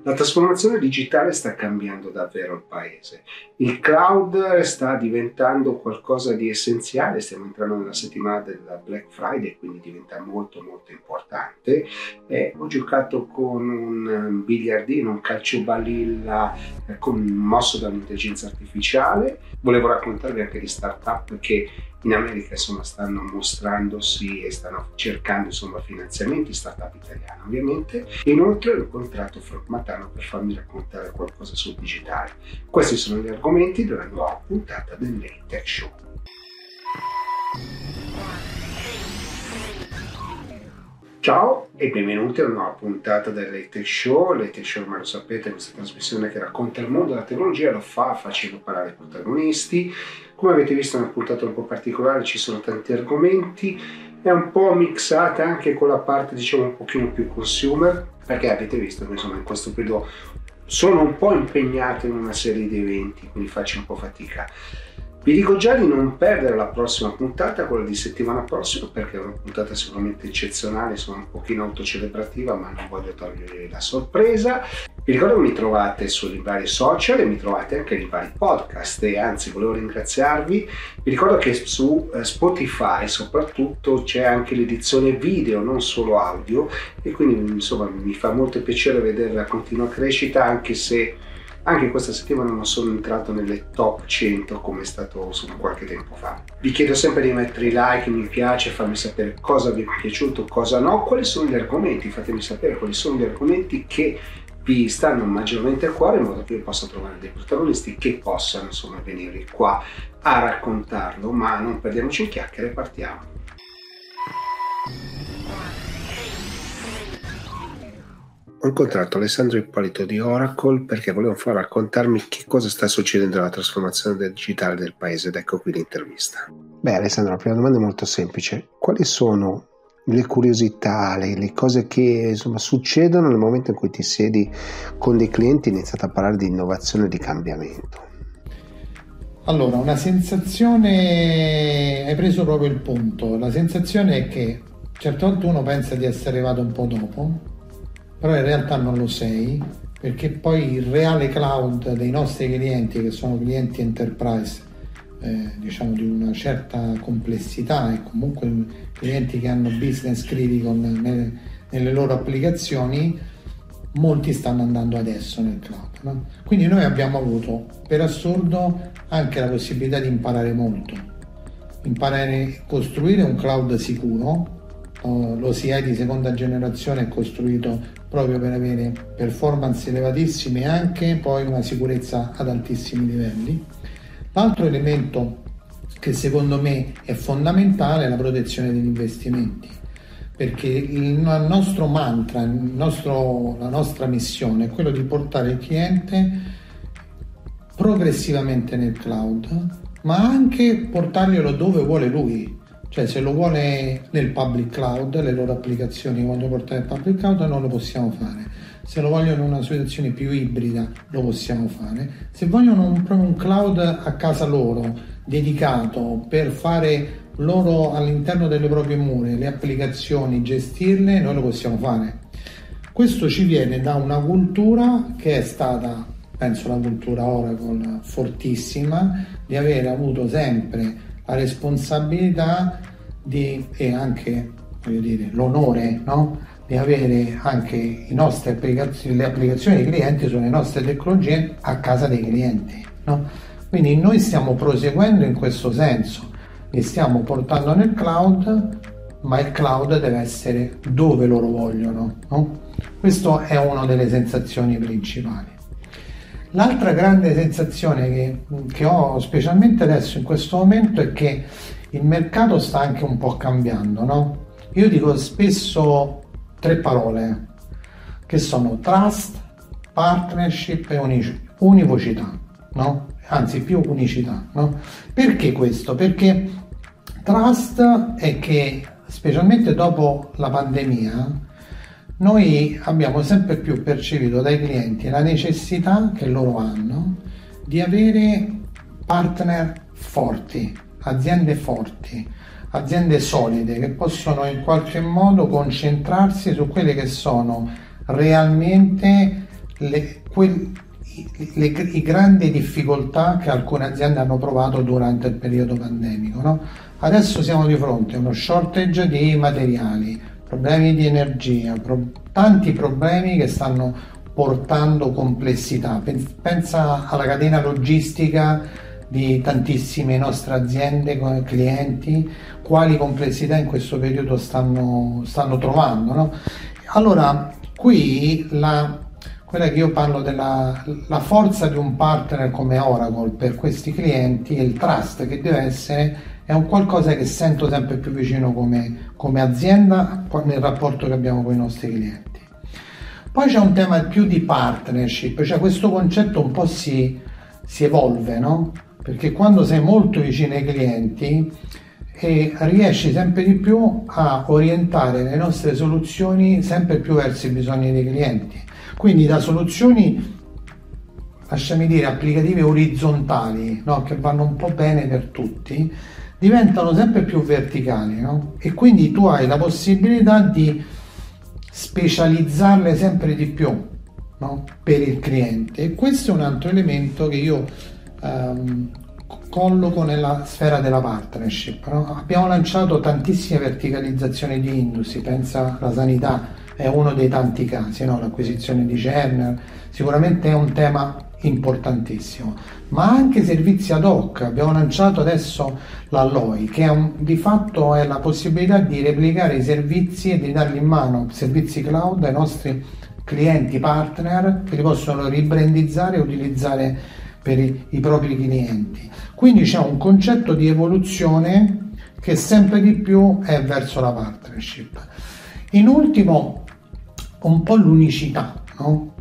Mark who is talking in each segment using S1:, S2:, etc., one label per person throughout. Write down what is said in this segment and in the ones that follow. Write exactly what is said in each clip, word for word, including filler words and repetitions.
S1: La trasformazione digitale sta cambiando davvero il paese. Il cloud sta diventando qualcosa di essenziale, stiamo entrando nella settimana della Black Friday, quindi diventa molto molto importante. E ho giocato con un biliardino, un calciobalilla eh, con, mosso dall'intelligenza artificiale. Volevo raccontarvi anche di startup che in America insomma stanno mostrandosi e stanno cercando insomma finanziamenti, startup italiane ovviamente. E inoltre ho incontrato Frank Matano per farmi raccontare qualcosa sul digitale. Questi sono gli argomenti della nuova puntata del Late Tech Show. Ciao e benvenuti a una nuova puntata del Late Tech Show. Late Tech Show, ma lo sapete, è questa trasmissione che racconta il mondo della tecnologia, lo fa facendo parlare i protagonisti. Come avete visto è una puntata un po' particolare, ci sono tanti argomenti, è un po' mixata anche con la parte diciamo un pochino più consumer, perché avete visto che insomma in questo periodo sono un po' impegnato in una serie di eventi, quindi faccio un po' fatica. Vi dico già di non perdere la prossima puntata, quella di settimana prossima, perché è una puntata sicuramente eccezionale, sono un pochino autocelebrativa, ma non voglio togliervi la sorpresa. Vi ricordo che mi trovate sui vari social e mi trovate anche nei vari podcast e anzi volevo ringraziarvi. Vi ricordo che su Spotify soprattutto c'è anche l'edizione video, non solo audio, e quindi insomma mi fa molto piacere vedere la continua crescita, anche se anche questa settimana non sono entrato nelle top cento come è stato insomma qualche tempo fa. Vi chiedo sempre di mettere i like, mi piace, farmi sapere cosa vi è piaciuto, cosa no, quali sono gli argomenti, fatemi sapere quali sono gli argomenti che vi stanno maggiormente a cuore in modo che io possa trovare dei protagonisti che possano insomma venire qua a raccontarlo, ma non perdiamoci in chiacchiere, partiamo. Ho incontrato Alessandro Ippolito di Oracle perché volevo far raccontarmi che cosa sta succedendo nella trasformazione del digitale del paese ed ecco qui l'intervista. Beh Alessandro, la prima domanda è molto semplice. Quali sono le curiosità, le, le cose che insomma succedono nel momento in cui ti siedi con dei clienti e iniziate a parlare di innovazione e di cambiamento?
S2: Allora, una sensazione, hai preso proprio il punto, la sensazione è che certe volte uno pensa di essere arrivato un po' dopo, però in realtà non lo sei, perché poi il reale cloud dei nostri clienti, che sono clienti enterprise, eh, diciamo di una certa complessità e comunque clienti che hanno business critical nelle, nelle loro applicazioni, molti stanno andando adesso nel cloud, no? Quindi noi abbiamo avuto per assurdo anche la possibilità di imparare molto, imparare a costruire un cloud sicuro. L'O C I di seconda generazione è costruito proprio per avere performance elevatissime e anche poi una sicurezza ad altissimi livelli. L'altro elemento che secondo me è fondamentale è la protezione degli investimenti, perché il nostro mantra, il nostro, la nostra missione è quello di portare il cliente progressivamente nel cloud, ma anche portarglielo dove vuole lui. Cioè se lo vuole nel public cloud, le loro applicazioni vogliono portare nel public cloud, non lo possiamo fare. Se lo vogliono in una situazione più ibrida, lo possiamo fare. Se vogliono un, proprio un cloud a casa loro, dedicato per fare loro all'interno delle proprie mura, le applicazioni, gestirle, noi lo possiamo fare. Questo ci viene da una cultura che è stata, penso la cultura Oracle, fortissima, di aver avuto sempre la responsabilità di, e anche voglio dire, l'onore, no? Di avere anche i nostri applicazioni, le applicazioni dei clienti sulle nostre tecnologie a casa dei clienti, no? Quindi noi stiamo proseguendo in questo senso, li stiamo portando nel cloud, ma il cloud deve essere dove loro vogliono, no? Questa è una delle sensazioni principali. L'altra grande sensazione che, che ho specialmente adesso in questo momento è che il mercato sta anche un po' cambiando, no? Io dico spesso tre parole che sono trust, partnership e unic- univocità, no? Anzi più unicità, no? Perché questo? Perché trust è che specialmente dopo la pandemia noi abbiamo sempre più percepito dai clienti la necessità che loro hanno di avere partner forti, aziende forti, aziende solide che possono in qualche modo concentrarsi su quelle che sono realmente le, quel, le, i grandi difficoltà che alcune aziende hanno provato durante il periodo pandemico, no? Adesso siamo di fronte a uno shortage di materiali, problemi di energia, pro, tanti problemi che stanno portando complessità. Pensa alla catena logistica di tantissime nostre aziende, clienti, quali complessità in questo periodo stanno, stanno trovando, no? Allora, qui la, quella che io parlo della la forza di un partner come Oracle per questi clienti, il trust che deve essere, è un qualcosa che sento sempre più vicino come, come azienda nel rapporto che abbiamo con i nostri clienti. Poi c'è un tema più di partnership, cioè questo concetto un po' si, si evolve, no? Perché quando sei molto vicino ai clienti e riesci sempre di più a orientare le nostre soluzioni sempre più verso i bisogni dei clienti. Quindi da soluzioni, lasciami dire, applicative orizzontali, no? Che vanno un po' bene per tutti, diventano sempre più verticali, no? E quindi tu hai la possibilità di specializzarle sempre di più, no? Per il cliente. E questo è un altro elemento che io ehm, colloco nella sfera della partnership, no? Abbiamo lanciato tantissime verticalizzazioni di industrie, pensa alla sanità, è uno dei tanti casi, no? L'acquisizione di Cerner sicuramente è un tema importantissimo, ma anche servizi ad hoc. Abbiamo lanciato adesso l'Alloy, che è un, di fatto è la possibilità di replicare i servizi e di darli in mano, servizi cloud, ai nostri clienti partner che li possono ribrandizzare e utilizzare per i, i propri clienti. Quindi c'è un concetto di evoluzione che sempre di più è verso la partnership. In ultimo, un po' l'unicità, no?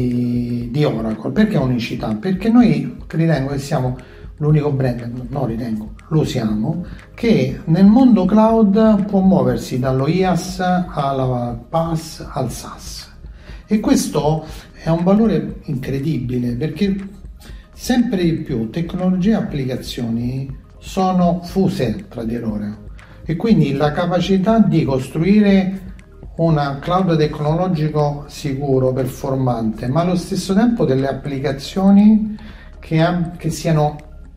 S2: Di, di Oracle. Perché unicità? Perché noi ritengo che siamo l'unico brand, no ritengo, lo siamo, che nel mondo cloud può muoversi dallo I A S alla PaaS al SaaS. E questo è un valore incredibile, perché sempre di più tecnologie e applicazioni sono fuse tra di loro, e quindi la capacità di costruire una cloud tecnologico sicuro, performante, ma allo stesso tempo delle applicazioni che, ha, che siano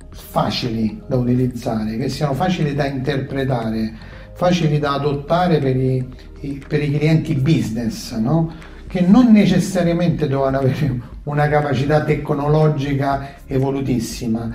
S2: facili da utilizzare, che siano facili da interpretare, facili da adottare per i, i, per i clienti business, no? Che non necessariamente devono avere una capacità tecnologica evolutissima,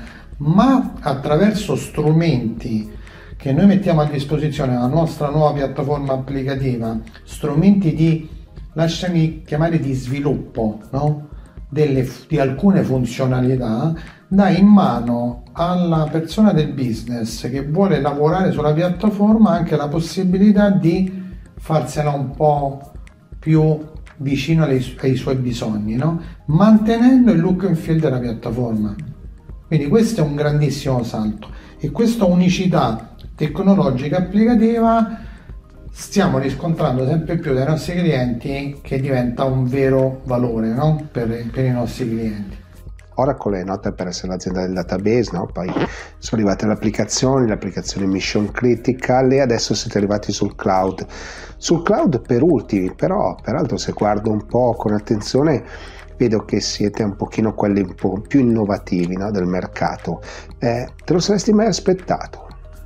S2: ma attraverso strumenti che noi mettiamo a disposizione la nostra nuova piattaforma applicativa, strumenti di, lasciami chiamare, di sviluppo, no? Delle, di alcune funzionalità, dà in mano alla persona del business che vuole lavorare sulla piattaforma anche la possibilità di farsela un po' più vicino ai, ai suoi bisogni, no? Mantenendo il look and feel della piattaforma. Quindi questo è un grandissimo salto, e questa unicità tecnologica applicativa stiamo riscontrando sempre più dai nostri clienti che diventa un vero valore, no? per, per i nostri clienti.
S1: Oracle è nota per essere l'azienda del database, no? Poi sono arrivate le applicazioni, le applicazioni mission critical, e adesso siete arrivati sul cloud. Sul cloud per ultimi, però peraltro se guardo un po' con attenzione vedo che siete un pochino quelli un po' più innovativi, no? Del mercato. Eh, te lo saresti mai aspettato?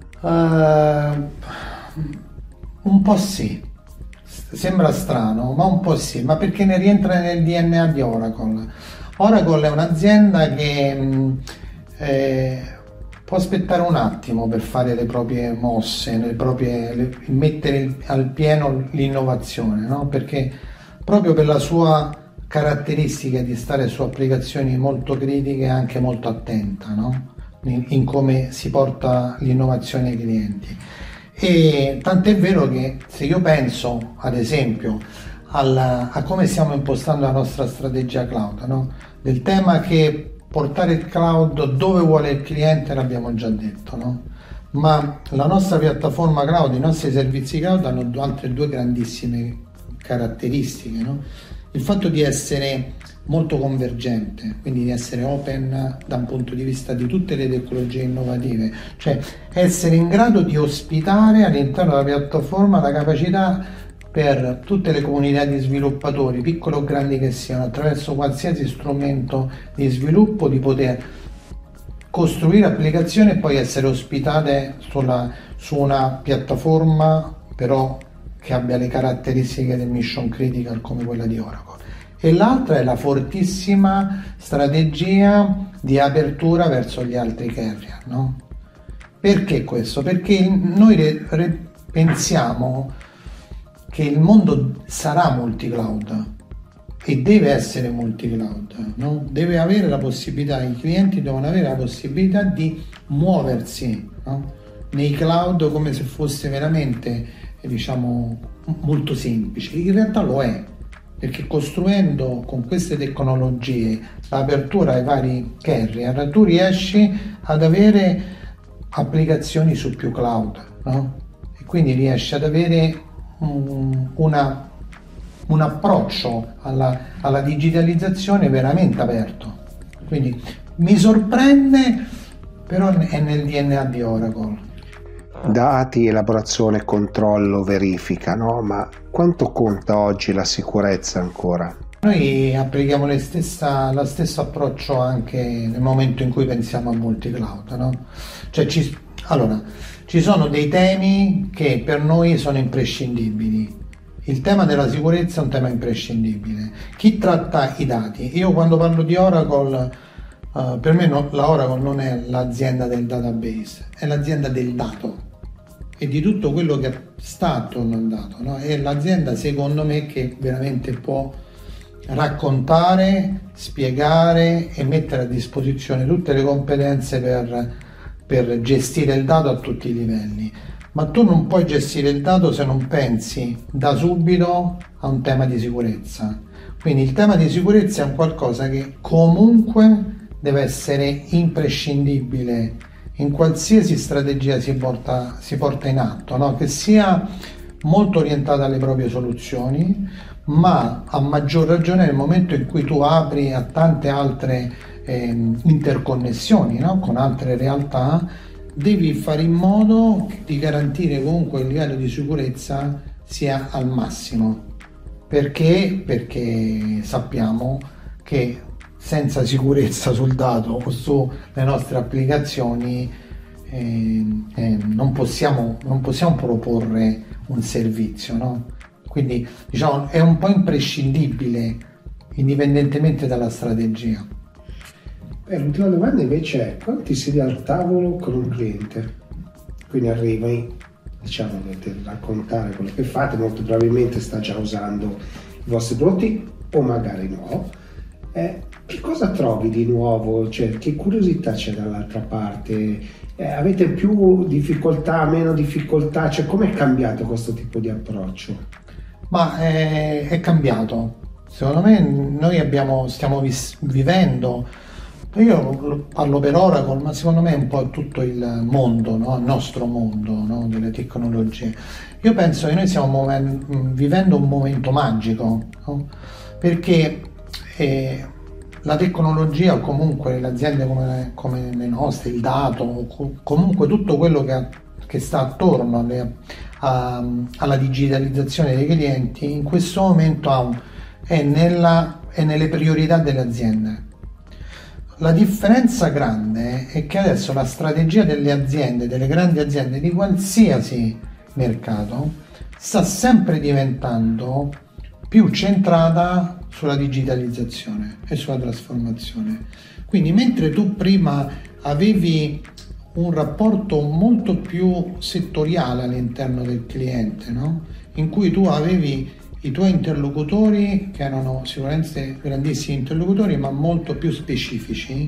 S2: Uh, un po' sì, sembra strano, ma un po' sì, ma perché ne rientra nel D N A di Oracle. Oracle è un'azienda che eh, può aspettare un attimo per fare le proprie mosse, le proprie, le, mettere al pieno l'innovazione, no? Perché proprio per la sua caratteristica di stare su applicazioni molto critiche e anche molto attenta, no? In, in come si porta l'innovazione ai clienti. E tant'è vero che se io penso ad esempio alla, a come stiamo impostando la nostra strategia cloud, no? Del tema che portare il cloud dove vuole il cliente l'abbiamo già detto, no? Ma la nostra piattaforma cloud, i nostri servizi cloud hanno altre due grandissime caratteristiche, no? Il fatto di essere molto convergente, quindi di essere open da un punto di vista di tutte le tecnologie innovative, cioè essere in grado di ospitare all'interno della piattaforma la capacità per tutte le comunità di sviluppatori, piccoli o grandi che siano, attraverso qualsiasi strumento di sviluppo, di poter costruire applicazioni e poi essere ospitate sulla, su una piattaforma però che abbia le caratteristiche del mission critical come quella di Oracle. E l'altra è la fortissima strategia di apertura verso gli altri carrier, no? Perché questo? Perché noi re, re, pensiamo che il mondo sarà multi-cloud e deve essere multi-cloud, no? Deve avere la possibilità, i clienti devono avere la possibilità di muoversi, no? Nei cloud come se fosse veramente, diciamo, molto semplice. In realtà lo è, perché costruendo con queste tecnologie l'apertura ai vari carrier, tu riesci ad avere applicazioni su più cloud, no? E quindi riesci ad avere un, una, un approccio alla, alla digitalizzazione veramente aperto. Quindi mi sorprende, però è nel D N A di Oracle.
S1: Dati, elaborazione, controllo, verifica, no? Ma quanto conta oggi la sicurezza ancora?
S2: Noi applichiamo le stessa, lo stesso approccio anche nel momento in cui pensiamo a multi-cloud, no? Cioè ci, allora, ci sono dei temi che per noi sono imprescindibili. Il tema della sicurezza è un tema imprescindibile. Chi tratta i dati? Io quando parlo di Oracle, uh, per me no, la Oracle non è l'azienda del database, è l'azienda del dato e di tutto quello che sta attorno al dato, no? È l'azienda, secondo me, che veramente può raccontare, spiegare e mettere a disposizione tutte le competenze per, per gestire il dato a tutti i livelli. Ma tu non puoi gestire il dato se non pensi da subito a un tema di sicurezza. Quindi il tema di sicurezza è un qualcosa che comunque deve essere imprescindibile in qualsiasi strategia si porta, si porta in atto, no? Che sia molto orientata alle proprie soluzioni, ma a maggior ragione nel momento in cui tu apri a tante altre eh, interconnessioni, no? Con altre realtà, devi fare in modo di garantire comunque il livello di sicurezza sia al massimo. Perché? Perché sappiamo che senza sicurezza sul dato o sulle nostre applicazioni eh, eh, non possiamo, non possiamo proporre un servizio, no? Quindi diciamo è un po' imprescindibile indipendentemente dalla strategia.
S1: Eh, l'ultima domanda invece è: quando ti siedi al tavolo con un cliente, quindi arrivi, diciamo, dovete raccontare quello che fate, molto probabilmente sta già usando i vostri prodotti o magari no, eh, che cosa trovi di nuovo? Cioè, che curiosità c'è dall'altra parte? Eh, avete più difficoltà, meno difficoltà? Cioè, com'è cambiato questo tipo di approccio?
S2: Ma è, è cambiato. Secondo me noi abbiamo, stiamo vis- vivendo, io parlo per Oracle, ma secondo me è un po' tutto il mondo, no? Il nostro mondo, no? Delle tecnologie. Io penso che noi stiamo moven- vivendo un momento magico, no? Perché eh, la tecnologia o comunque le aziende come, come le nostre, il dato, o comunque tutto quello che, che sta attorno alle, a, alla digitalizzazione dei clienti, in questo momento ha un, è, nella, è nelle priorità delle aziende. La differenza grande è che adesso la strategia delle aziende, delle grandi aziende di qualsiasi mercato, sta sempre diventando più centrata sulla digitalizzazione e sulla trasformazione. Quindi mentre tu prima avevi un rapporto molto più settoriale all'interno del cliente, no? In cui tu avevi i tuoi interlocutori che erano sicuramente grandissimi interlocutori ma molto più specifici,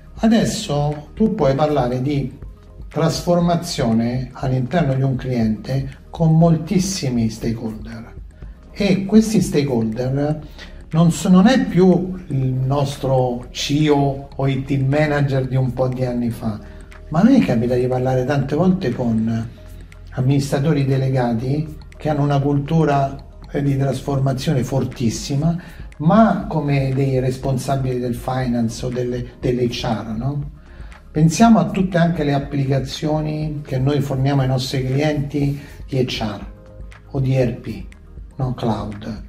S2: adesso tu puoi parlare di trasformazione all'interno di un cliente con moltissimi stakeholder e questi stakeholder non, so, non è più il nostro C E O o i team manager di un po' di anni fa, ma a me capita di parlare tante volte con amministratori delegati che hanno una cultura di trasformazione fortissima, ma come dei responsabili del finance o delle, dell'H R, no? Pensiamo a tutte anche le applicazioni che noi forniamo ai nostri clienti di H R o di E R P. no? Cloud.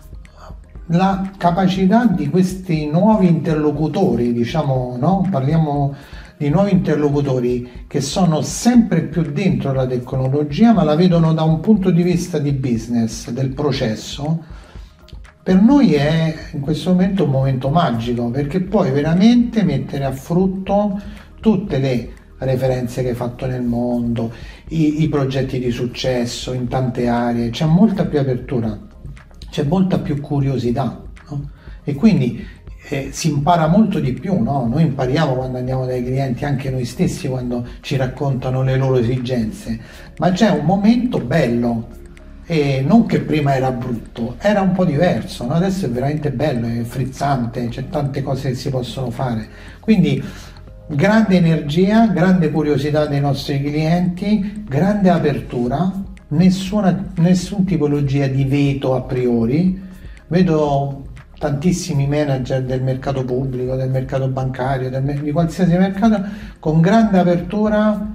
S2: La capacità di questi nuovi interlocutori, diciamo, no? Parliamo di nuovi interlocutori che sono sempre più dentro la tecnologia, ma la vedono da un punto di vista di business, del processo. Per noi è in questo momento un momento magico, perché puoi veramente mettere a frutto tutte le referenze che hai fatto nel mondo, i, i progetti di successo in tante aree, c'è molta più apertura, c'è molta più curiosità, no? E quindi eh, si impara molto di più, no? Noi impariamo quando andiamo dai clienti, anche noi stessi quando ci raccontano le loro esigenze, ma c'è un momento bello, e non che prima era brutto, era un po' diverso, no? Adesso è veramente bello, è frizzante, c'è tante cose che si possono fare, quindi grande energia, grande curiosità dei nostri clienti, grande apertura, nessuna nessun tipologia di veto a priori. Vedo tantissimi manager del mercato pubblico, del mercato bancario, del, di qualsiasi mercato, con grande apertura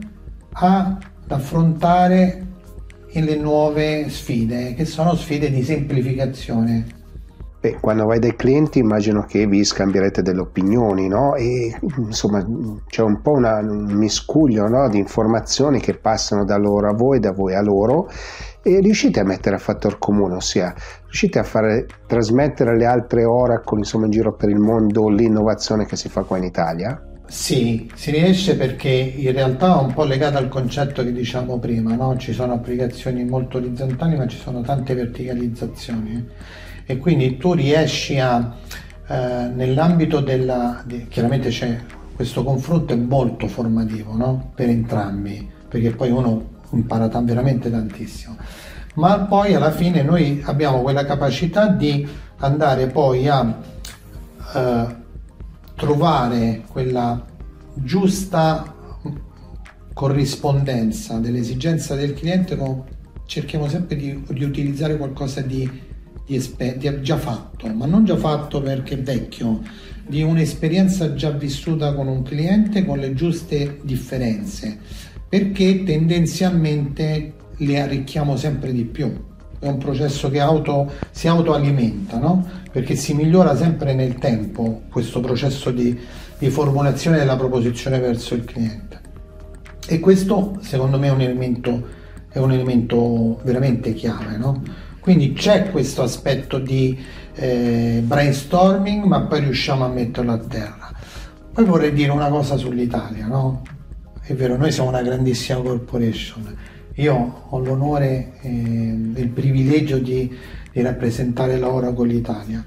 S2: ad affrontare le nuove sfide, che sono sfide di semplificazione.
S1: Beh, quando vai dai clienti immagino che vi scambierete delle opinioni, no? E insomma c'è un po' una, un miscuglio, no? Di informazioni che passano da loro a voi, da voi a loro, e riuscite a mettere a fattor comune, ossia riuscite a fare trasmettere alle altre Oracle, insomma, in giro per il mondo l'innovazione che si fa qua in Italia?
S2: Sì, si riesce, perché in realtà è un po' legata al concetto che diciamo prima, no? Ci sono applicazioni molto orizzontali, ma ci sono tante verticalizzazioni, e quindi tu riesci a eh, nell'ambito della di, chiaramente c'è questo confronto, è molto formativo, no? Per entrambi, perché poi uno impara t- veramente tantissimo, ma poi alla fine noi abbiamo quella capacità di andare poi a eh, trovare quella giusta corrispondenza dell'esigenza del cliente. Con, cerchiamo sempre di, di utilizzare qualcosa di Di, esper- di già fatto, ma non già fatto perché è vecchio, di un'esperienza già vissuta con un cliente, con le giuste differenze, perché tendenzialmente le arricchiamo sempre di più. È un processo che auto, si autoalimenta, no? Perché si migliora sempre nel tempo questo processo di, di formulazione della proposizione verso il cliente, e questo secondo me è un elemento, è un elemento veramente chiave, no? Quindi c'è questo aspetto di eh, brainstorming, ma poi riusciamo a metterlo a terra. Poi vorrei dire una cosa sull'Italia, no? È vero, noi siamo una grandissima corporation. Io ho l'onore e eh, il privilegio di, di rappresentare la Oracle Italia,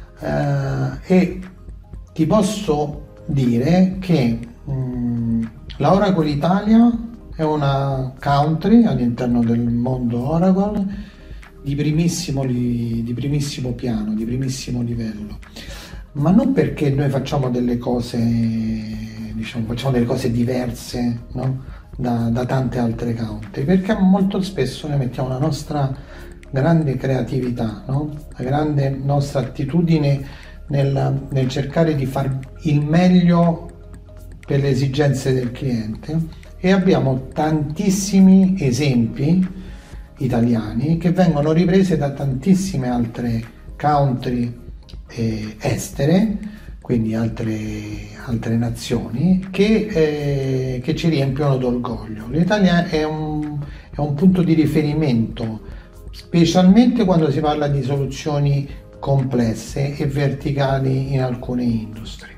S2: eh, e ti posso dire che mh, la Oracle Italia è una country all'interno del mondo Oracle di primissimo, di primissimo piano, di primissimo livello, ma non perché noi facciamo delle cose, diciamo, facciamo delle cose diverse, no? da, da tante altre country, perché molto spesso noi mettiamo la nostra grande creatività, no? La grande nostra attitudine nel, nel cercare di fare il meglio per le esigenze del cliente, e abbiamo tantissimi esempi italiani che vengono riprese da tantissime altre country eh, estere, quindi altre, altre nazioni che, eh, che ci riempiono d'orgoglio. L'Italia è un, è un punto di riferimento, specialmente quando si parla di soluzioni complesse e verticali in alcune industrie.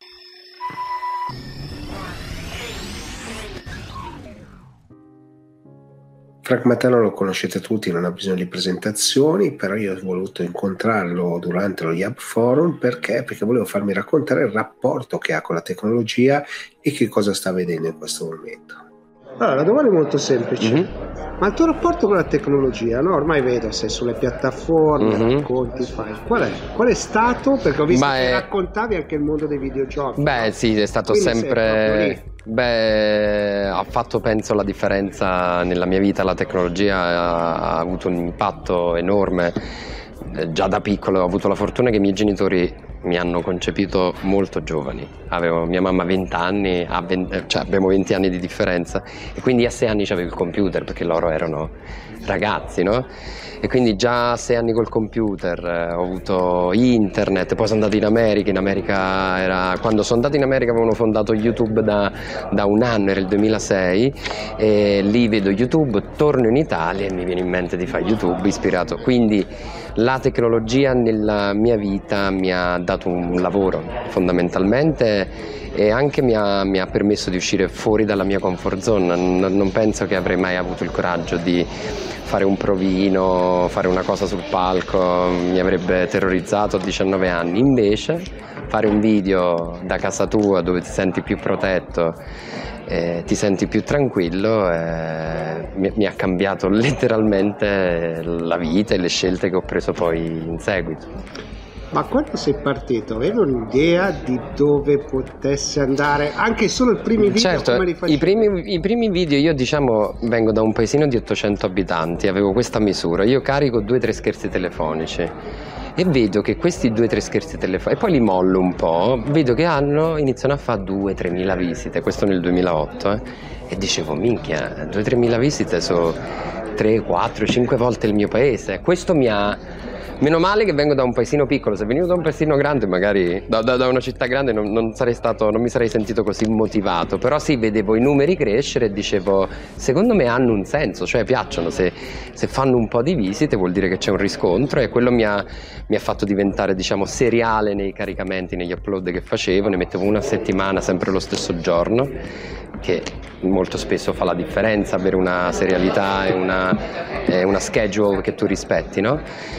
S1: Frank Mattano lo conoscete tutti, non ha bisogno di presentazioni, però io ho voluto incontrarlo durante lo Yab Forum perché? Perché volevo farmi raccontare il rapporto che ha con la tecnologia e che cosa sta vedendo in questo momento. Allora, la domanda è molto semplice. Mm-hmm. Ma il tuo rapporto con la tecnologia, no? Ormai vedo, sei sulle piattaforme, mm-hmm. racconti, fai. Qual è? Qual è stato? Perché ho visto Beh, che raccontavi anche il mondo dei videogiochi.
S3: Beh, no? Sì, è stato Quindi sempre... Beh, ha fatto penso la differenza nella mia vita. La tecnologia ha, ha avuto un impatto enorme. Già da piccolo ho avuto la fortuna che i miei genitori mi hanno concepito molto giovani. Avevo mia mamma venti anni, a venti, cioè abbiamo venti anni di differenza, e quindi a sei anni c'avevo il computer, perché loro erano ragazzi, no? E quindi già a sei anni col computer, eh, ho avuto internet, poi sono andato in America. In America era, quando sono andato in America avevano fondato YouTube da, da un anno, era il duemilasei, e lì vedo YouTube, torno in Italia e mi viene in mente di fare YouTube ispirato. Quindi la tecnologia nella mia vita mi ha dato un lavoro fondamentalmente, e anche mi ha, mi ha permesso di uscire fuori dalla mia comfort zone. Non, non penso che avrei mai avuto il coraggio di fare un provino, fare una cosa sul palco, mi avrebbe terrorizzato a diciannove anni. Invece fare un video da casa tua dove ti senti più protetto, eh, ti senti più tranquillo, eh, mi, mi ha cambiato letteralmente la vita e le scelte che ho preso poi in seguito.
S1: Ma quando sei partito avevi un'idea di dove potesse andare, anche solo i primi video?
S3: Certo,
S1: come li facevi?
S3: I primi, i primi video, io diciamo vengo da un paesino di ottocento abitanti, avevo questa misura, io carico due o tre scherzi telefonici e vedo che questi due o tre scherzi telefonici, e poi li mollo un po', vedo che hanno, iniziano a fare due o tre mila visite, questo nel duemilaotto, eh, e dicevo minchia, due o tre mila visite sono tre, quattro, cinque volte il mio paese. Questo mi ha... Meno male che vengo da un paesino piccolo, se venivo da un paesino grande, magari da, da, da una città grande, non, non sarei stato, non mi sarei sentito così motivato. Però sì, vedevo i numeri crescere e dicevo, secondo me hanno un senso, cioè piacciono, se, se fanno un po' di visite vuol dire che c'è un riscontro, e quello mi ha, mi ha fatto diventare, diciamo, seriale nei caricamenti, negli upload che facevo. Ne mettevo una a settimana, sempre lo stesso giorno, che molto spesso fa la differenza, avere una serialità e una, e una schedule che tu rispetti, no?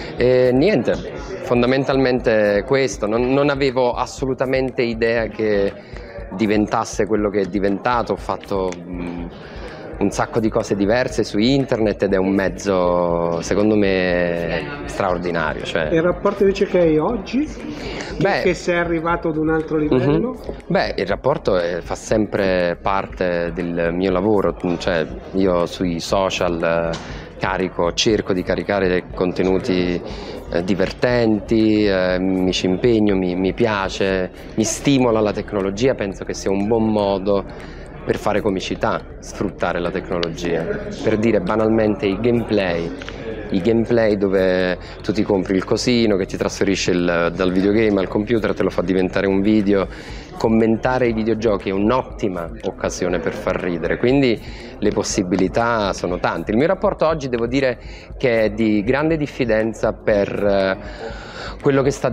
S3: E niente, fondamentalmente questo, non, non avevo assolutamente idea che diventasse quello che è diventato. Ho fatto mh, un sacco di cose diverse su internet ed è un mezzo, secondo me, straordinario. Cioè...
S1: E il rapporto invece che hai oggi? Beh, che sei arrivato ad un altro livello?
S3: Uh-huh. Beh, il rapporto è, fa sempre parte del mio lavoro, cioè io sui social carico, cerco di caricare dei contenuti eh, divertenti, eh, mi ci impegno, mi, mi piace, mi stimola la tecnologia, penso che sia un buon modo per fare comicità, sfruttare la tecnologia, per dire banalmente i gameplay, i gameplay dove tu ti compri il cosino che ti trasferisce il, dal videogame al computer, te lo fa diventare un video. Commentare i videogiochi è un'ottima occasione per far ridere, quindi le possibilità sono tante. Il mio rapporto oggi devo dire che è di grande diffidenza per eh, quello che sta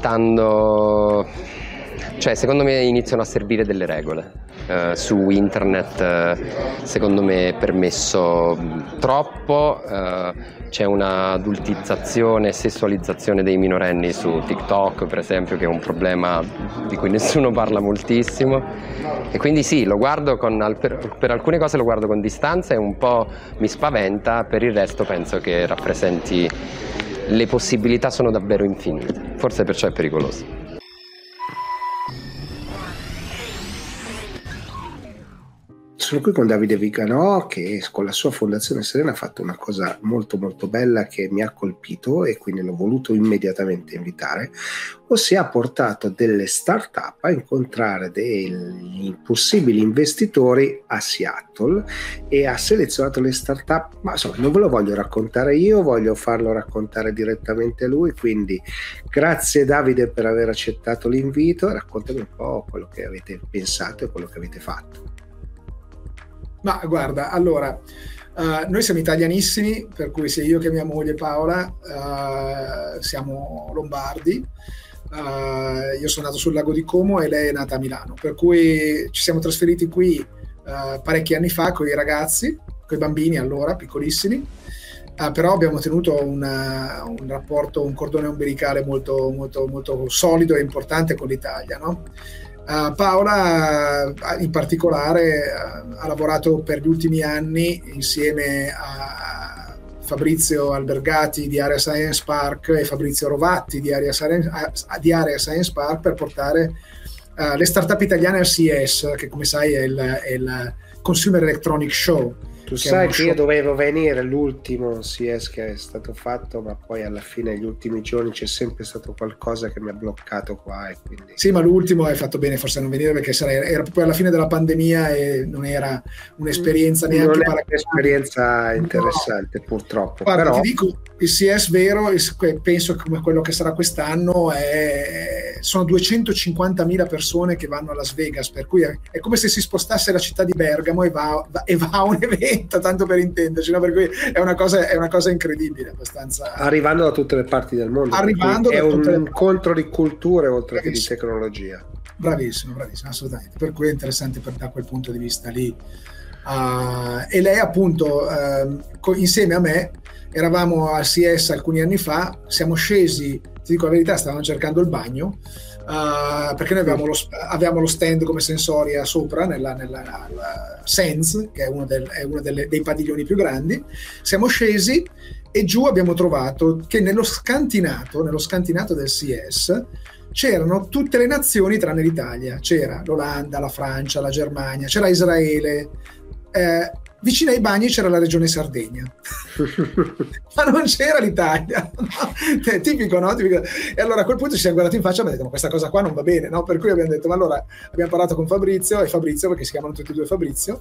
S3: diventando, cioè secondo me iniziano a servire delle regole. Uh, su internet uh, secondo me è permesso troppo, uh, c'è una adultizzazione e sessualizzazione dei minorenni su TikTok per esempio, che è un problema di cui nessuno parla moltissimo, e quindi sì, lo guardo con, per, per alcune cose lo guardo con distanza e un po' mi spaventa, per il resto penso che rappresenti, le possibilità sono davvero infinite, forse perciò è pericoloso.
S1: Sono qui con Davide Viganò, che con la sua Fondazione Serena ha fatto una cosa molto molto bella che mi ha colpito e quindi l'ho voluto immediatamente invitare, ossia ha portato delle start-up a incontrare degli possibili investitori a Seattle e ha selezionato le start-up, ma insomma non ve lo voglio raccontare io, voglio farlo raccontare direttamente a lui, quindi grazie Davide per aver accettato l'invito, raccontami un po' quello che avete pensato e quello che avete fatto.
S4: Ma guarda, allora, uh, noi siamo italianissimi, per cui sia io che mia moglie Paola uh, siamo lombardi. Uh, io sono nato sul lago di Como e lei è nata a Milano, per cui ci siamo trasferiti qui uh, parecchi anni fa con i ragazzi, con i bambini allora, piccolissimi, uh, però abbiamo tenuto una, un rapporto, un cordone ombelicale molto, molto, molto solido e importante con l'Italia, no? Uh, Paola uh, in particolare uh, ha lavorato per gli ultimi anni insieme a Fabrizio Albergati di Area Science Park e Fabrizio Rovatti di Area Science, uh, di Area Science Park per portare uh, le startup italiane al C E S, che come sai è il, è il Consumer Electronic Show,
S1: Tu sai che io dovevo venire l'ultimo C S che è stato fatto, ma poi alla fine negli ultimi giorni c'è sempre stato qualcosa che mi ha bloccato qua e quindi...
S4: Sì, ma l'ultimo hai fatto bene forse a non venire, perché era, era proprio alla fine della pandemia e non era un'esperienza neanche...
S1: Non è un'esperienza interessante, no. Purtroppo.
S4: Guarda,
S1: però...
S4: ti dico, il C S vero, penso come quello che sarà quest'anno, è, sono duecentocinquantamila persone che vanno a Las Vegas, per cui è, è come se si spostasse la città di Bergamo e va, va, e va a un evento, tanto per intenderci, no? Per cui è una cosa, è una cosa incredibile, abbastanza.
S1: Arrivando da tutte le parti del mondo,
S4: arrivando
S1: è
S4: da
S1: un
S4: le...
S1: incontro di culture oltre che di tecnologia.
S4: Bravissimo, bravissimo, assolutamente, per cui è interessante per, da quel punto di vista lì. Uh, e lei appunto uh, co- insieme a me eravamo al C S alcuni anni fa, siamo scesi, ti dico la verità, stavamo cercando il bagno, uh, perché noi avevamo lo, avevamo lo stand come Sensoria sopra nella, nella, nella Sense, che è uno, del, è uno delle, dei padiglioni più grandi. Siamo scesi e giù abbiamo trovato che nello scantinato nello scantinato del C S c'erano tutte le nazioni tranne l'Italia. C'era l'Olanda, la Francia, la Germania, c'era Israele, eh, vicino ai bagni c'era la regione Sardegna ma non c'era l'Italia, no? È tipico, no? Tipico. E allora a quel punto ci siamo guardati in faccia e abbiamo detto ma questa cosa qua non va bene, no? Per cui abbiamo detto ma allora abbiamo parlato con Fabrizio e Fabrizio, perché si chiamano tutti e due Fabrizio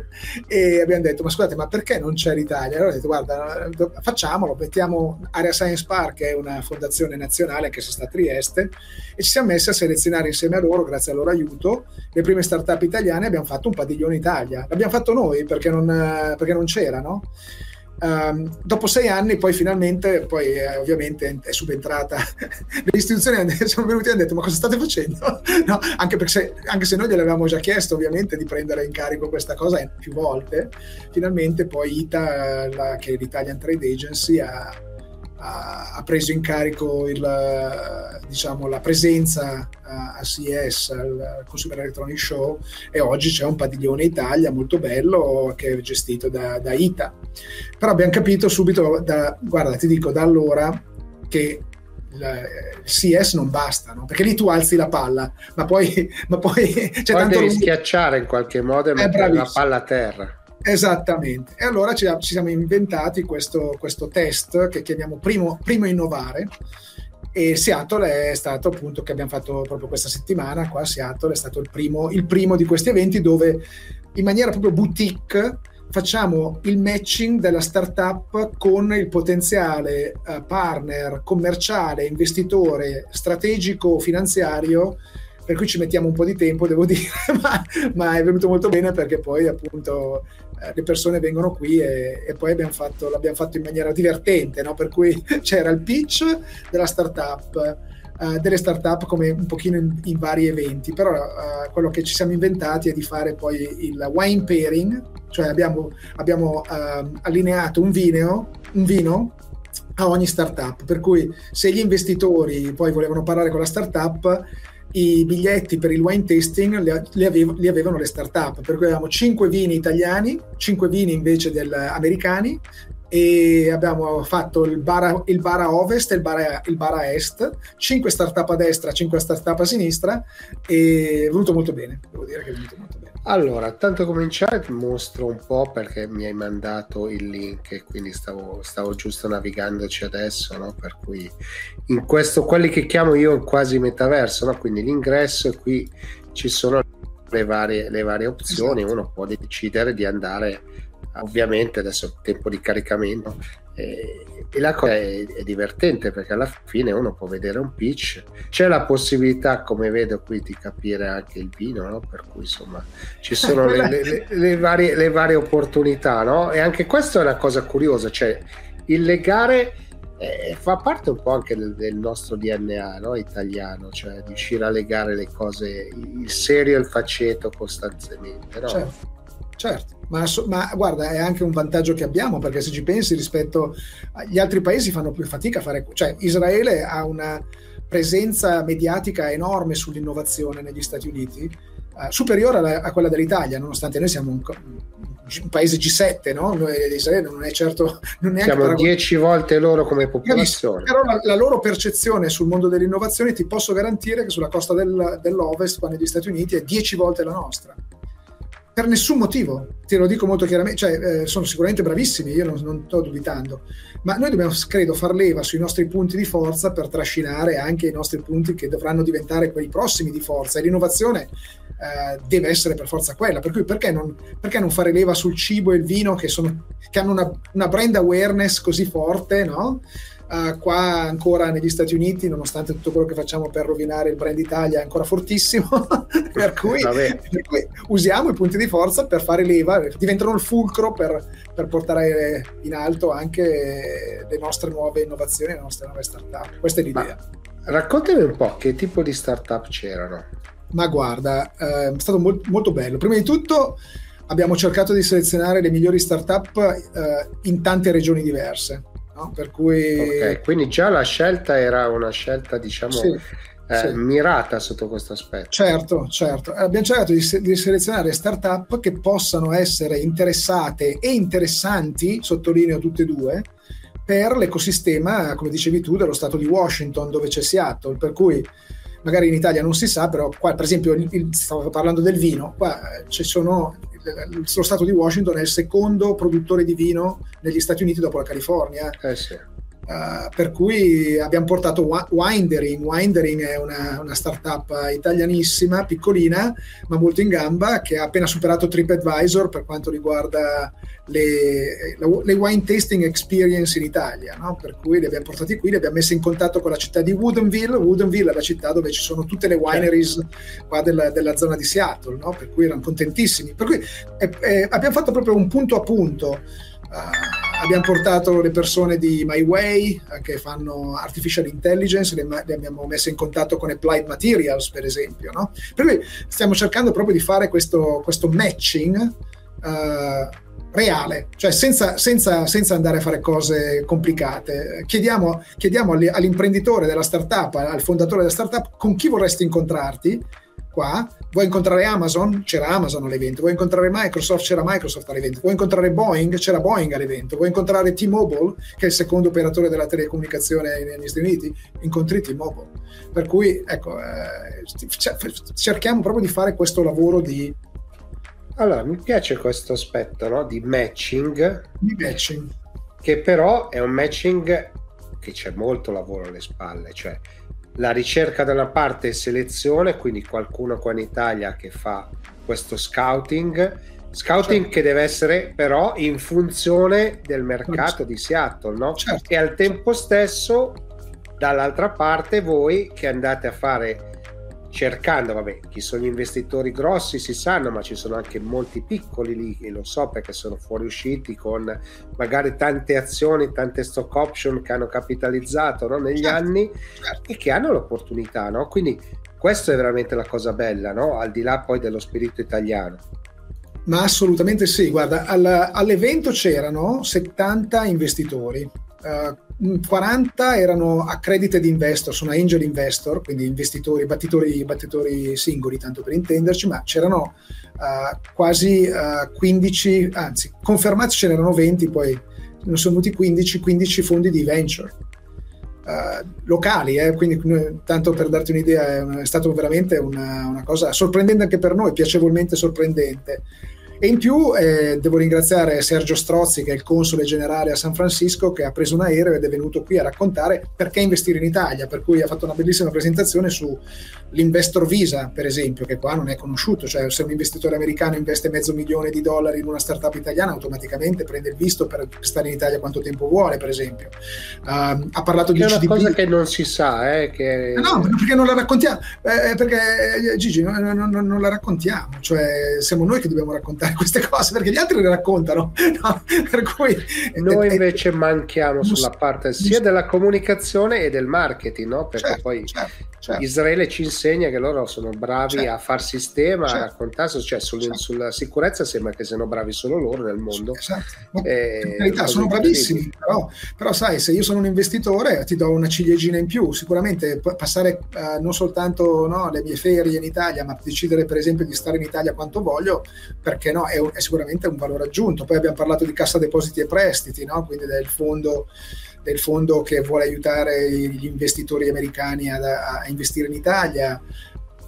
S4: e abbiamo detto ma scusate, ma perché non c'è l'Italia? Allora ho detto guarda, facciamolo, mettiamo Area Science Park, che è una fondazione nazionale che sta a Trieste, e ci siamo messi a selezionare insieme a loro, grazie al loro aiuto, le prime start-up italiane. Abbiamo fatto un padiglione Italia, l'abbiamo fatto noi perché non, perché non c'era, no? Um, dopo sei anni poi finalmente poi eh, ovviamente è subentrata le istituzioni, siamo venuti e hanno detto ma cosa state facendo? No, anche, perché, anche se noi gliel'avevamo già chiesto ovviamente di prendere in carico questa cosa più volte, finalmente poi I T A, la, che è l'Italian Trade Agency, ha, ha, ha preso in carico il, diciamo, la presenza a C E S, al Consumer Electronic Show, e oggi c'è un padiglione Italia molto bello che è gestito da, da I T A. Però abbiamo capito subito, da, guarda ti dico da allora, che il C E S non basta, no? Perché lì tu alzi la palla ma poi, ma poi, c'è
S1: poi
S4: tanto
S1: devi
S4: lungo...
S1: schiacciare in qualche modo e mettere la palla a terra.
S4: Esattamente, e allora ci, ci siamo inventati questo, questo test che chiamiamo primo, primo innovare, e Seattle è stato appunto, che abbiamo fatto proprio questa settimana qua a Seattle, è stato il primo, il primo di questi eventi dove in maniera proprio boutique facciamo il matching della startup con il potenziale uh, partner commerciale, investitore strategico finanziario, per cui ci mettiamo un po' di tempo, devo dire, ma, ma è venuto molto bene, perché poi appunto eh, le persone vengono qui e, e poi abbiamo fatto, l'abbiamo fatto in maniera divertente, no? Per cui c'era il pitch della startup, eh, delle startup come un pochino in, in vari eventi, però eh, quello che ci siamo inventati è di fare poi il wine pairing, cioè abbiamo, abbiamo eh, allineato un vino, un vino a ogni startup, per cui se gli investitori poi volevano parlare con la startup, i biglietti per il wine tasting li, li, avevo, li avevano le startup, per cui avevamo cinque vini italiani, cinque vini invece del, americani, e abbiamo fatto il bar a, il bar a ovest e il bar a, il bar a est, cinque startup a destra, cinque startup a sinistra, e è venuto molto bene, devo dire che è venuto molto bene.
S1: Allora, tanto cominciare ti mostro un po', perché mi hai mandato il link e quindi stavo, stavo giusto navigandoci adesso, no? Per cui in questo, quelli che chiamo io quasi metaverso, no? Quindi l'ingresso, e qui ci sono le varie, le varie opzioni, esatto. Uno può decidere di andare, ovviamente adesso è tempo di caricamento, e, e la cosa è, è divertente, perché alla fine uno può vedere un pitch, c'è la possibilità, come vedo qui, di capire anche il vino, no? Per cui insomma ci sono le, le, le, le, varie, le varie opportunità, no? E anche questa è una cosa curiosa, cioè il legare eh, fa parte un po' anche del, del nostro D N A, no? Italiano, cioè riuscire a legare le cose, il serio e il faceto costantemente, no?
S4: Certo. Certo, ma, ma guarda, è anche un vantaggio che abbiamo, perché se ci pensi, rispetto agli altri paesi fanno più fatica a fare, cioè Israele ha una presenza mediatica enorme sull'innovazione negli Stati Uniti, eh, superiore alla, a quella dell'Italia, nonostante noi siamo un, un paese G sette, no? Noi, Israele non è certo, non è
S1: siamo dieci volte loro come popolazione,
S4: però la, la loro percezione sul mondo dell'innovazione, ti posso garantire che sulla costa del, dell'Ovest, qua negli Stati Uniti, è dieci volte la nostra. per nessun motivo, te lo dico molto chiaramente, cioè eh, sono sicuramente bravissimi, io non, non sto dubitando, ma noi dobbiamo, credo, far leva sui nostri punti di forza per trascinare anche i nostri punti che dovranno diventare quelli prossimi di forza, e l'innovazione eh, deve essere per forza quella, per cui perché non, perché non fare leva sul cibo e il vino che, sono, che hanno una, una brand awareness così forte, no? Uh, qua ancora negli Stati Uniti, nonostante tutto quello che facciamo per rovinare il brand Italia, è ancora fortissimo per, cui, per cui usiamo i punti di forza per fare leva, diventano il fulcro per, per portare in alto anche le nostre nuove innovazioni, le nostre nuove startup. Questa è l'idea.
S1: Ma raccontami un po' che tipo di startup c'erano.
S4: Ma guarda, eh, è stato molto, molto bello. Prima di tutto abbiamo cercato di selezionare le migliori startup eh, in tante regioni diverse. No? Per cui...
S1: Ok, quindi già la scelta era una scelta, diciamo,
S4: sì,
S1: eh,
S4: sì.
S1: mirata sotto questo aspetto.
S4: Certo, certo. Abbiamo cercato di, se- di selezionare startup che possano essere interessate e interessanti, sottolineo tutte e due, per l'ecosistema, come dicevi tu, dello stato di Washington, dove c'è Seattle, per cui magari in Italia non si sa, però qua, per esempio, il, il, stavo parlando del vino, qua ci sono... lo stato di Washington è il secondo produttore di vino negli Stati Uniti dopo la California.
S1: Eh sì.
S4: Uh, per cui abbiamo portato Windering. Windering è una, una startup italianissima, piccolina, ma molto in gamba, che ha appena superato TripAdvisor per quanto riguarda le, le wine tasting experience in Italia, no? Per cui li abbiamo portati qui, li abbiamo messi in contatto con la città di Woodinville. Woodinville è la città dove ci sono tutte le wineries qua della, della zona di Seattle, no? Per cui erano contentissimi. Per cui eh, eh, abbiamo fatto proprio un punto a punto. Uh, abbiamo portato le persone di My Way uh, che fanno artificial intelligence, le, le abbiamo messe in contatto con Applied Materials, per esempio, no? Per cui stiamo cercando proprio di fare questo, questo matching uh, reale, cioè senza, senza, senza andare a fare cose complicate. Chiediamo, chiediamo all'imprenditore della startup, al fondatore della startup, con chi vorresti incontrarti qua. Vuoi incontrare Amazon? C'era Amazon all'evento. Vuoi incontrare Microsoft? C'era Microsoft all'evento. Vuoi incontrare Boeing? C'era Boeing all'evento. Vuoi incontrare T-Mobile, che è il secondo operatore della telecomunicazione negli Stati Uniti? Incontri T-Mobile. Per cui, ecco, eh, cerchiamo proprio di fare questo lavoro di...
S1: Allora, mi piace questo aspetto, no? Di matching.
S4: Di matching.
S1: Che però è un matching che c'è molto lavoro alle spalle, cioè la ricerca da una parte e selezione, quindi qualcuno qua in Italia che fa questo scouting, scouting certo. Che deve essere però in funzione del mercato certo. Di Seattle, no? Certo. E al tempo stesso dall'altra parte voi che andate a fare cercando, vabbè, chi sono gli investitori grossi si sanno, ma ci sono anche molti piccoli lì, e lo so perché sono fuoriusciti con magari tante azioni, tante stock option che hanno capitalizzato, no, negli certo. anni certo. E che hanno l'opportunità, no? Quindi questa è veramente la cosa bella, no? Al di là poi dello spirito italiano.
S4: Ma assolutamente sì, guarda, all, all'evento c'erano settanta investitori. Uh, quaranta erano accredited investor, sono angel investor, quindi investitori, battitori, battitori singoli, tanto per intenderci, ma c'erano uh, quasi uh, quindici, anzi confermati ce n'erano venti, poi ne sono venuti quindici, quindici fondi di venture uh, locali, eh, quindi tanto per darti un'idea è, è stato veramente una, una cosa sorprendente anche per noi, piacevolmente sorprendente. E in più eh, devo ringraziare Sergio Strozzi, che è il console generale a San Francisco, che ha preso un aereo ed è venuto qui a raccontare perché investire in Italia, per cui ha fatto una bellissima presentazione sull'investor visa, per esempio, che qua non è conosciuto, cioè se un investitore americano investe mezzo milione di dollari in una startup italiana automaticamente prende il visto per stare in Italia quanto tempo vuole, per esempio. Uh, ha parlato di
S1: è una
S4: G D P.
S1: Cosa che non si sa, eh, che...
S4: eh no, perché non la raccontiamo, eh, perché Gigi non, non, non, non la raccontiamo, cioè siamo noi che dobbiamo raccontare queste cose, perché gli altri le raccontano, no? Per cui
S1: noi invece manchiamo sulla parte sia della comunicazione e del marketing, no? Perché certo, poi certo, certo. Israele ci insegna che loro sono bravi certo. a far sistema, certo. a raccontarsi, cioè sul, certo. sulla sicurezza sembra che siano bravi solo loro nel mondo. Esatto.
S4: E, in realtà sono bravissimi, però, però sai, se io sono un investitore ti do una ciliegina in più, sicuramente passare uh, non soltanto no, le mie ferie in Italia, ma decidere per esempio di stare in Italia quanto voglio, perché no? È, un, è sicuramente un valore aggiunto. Poi abbiamo parlato di Cassa Depositi e Prestiti, no? Quindi del fondo, del fondo che vuole aiutare gli investitori americani a, a investire in Italia.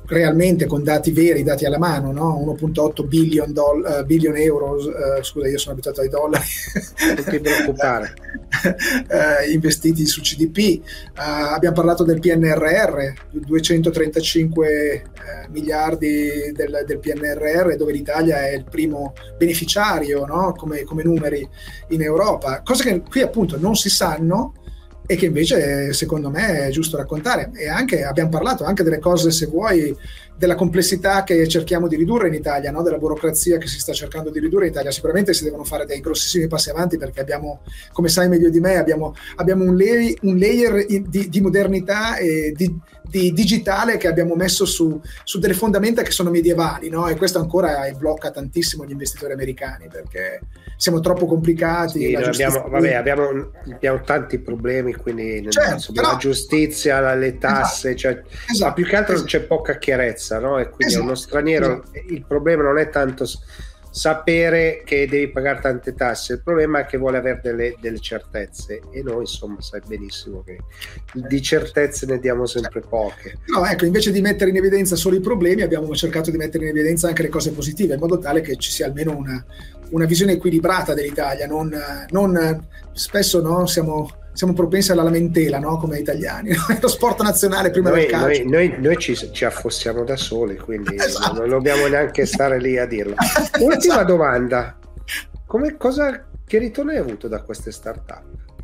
S4: realmente con dati veri, dati alla mano, no? uno virgola otto billion, doll- uh, billion euro, uh, scusa, io sono abituato ai dollari,
S1: non ti preoccupare,
S4: uh, investiti su C D P. Uh, abbiamo parlato del P N R R, duecentotrentacinque uh, miliardi del, del P N R R, dove l'Italia è il primo beneficiario, no? come, come numeri in Europa, cose che qui appunto non si sanno e che invece secondo me è giusto raccontare. E anche abbiamo parlato anche delle cose, se vuoi, della complessità che cerchiamo di ridurre in Italia, no? Della burocrazia che si sta cercando di ridurre in Italia. Sicuramente si devono fare dei grossissimi passi avanti, perché abbiamo, come sai meglio di me, abbiamo, abbiamo un, lay, un layer di, di modernità e di, di digitale che abbiamo messo su, su delle fondamenta che sono medievali, no? E questo ancora blocca tantissimo gli investitori americani, perché siamo troppo complicati.
S1: Sì, noi abbiamo, vabbè, abbiamo, abbiamo tanti problemi, quindi
S4: certo,
S1: senso,
S4: però,
S1: la giustizia, le tasse,
S4: esatto,
S1: cioè,
S4: esatto,
S1: ma più che altro
S4: esatto.
S1: c'è poca chiarezza, no? E quindi
S4: esatto,
S1: uno straniero, esatto. Il problema non è tanto sapere che devi pagare tante tasse, il problema è che vuole avere delle, delle certezze, e noi insomma sai benissimo che di certezze ne diamo sempre poche.
S4: No, ecco, invece di mettere in evidenza solo i problemi abbiamo cercato di mettere in evidenza anche le cose positive, in modo tale che ci sia almeno una, una visione equilibrata dell'Italia. Non, non spesso no, siamo siamo propensi alla lamentela, no? Come italiani, no? È lo sport nazionale prima
S1: noi,
S4: del calcio.
S1: Noi, noi, noi ci, ci affossiamo da soli, quindi
S4: esatto.
S1: Non dobbiamo neanche stare lì a dirlo. Ultima esatto. domanda: come, cosa, che ritorno hai avuto da queste startup?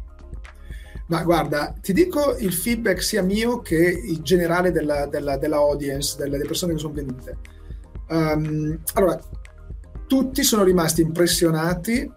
S4: Ma guarda, ti dico il feedback sia mio che in generale della, della, della audience, delle persone che sono venute. Um, allora, tutti sono rimasti impressionati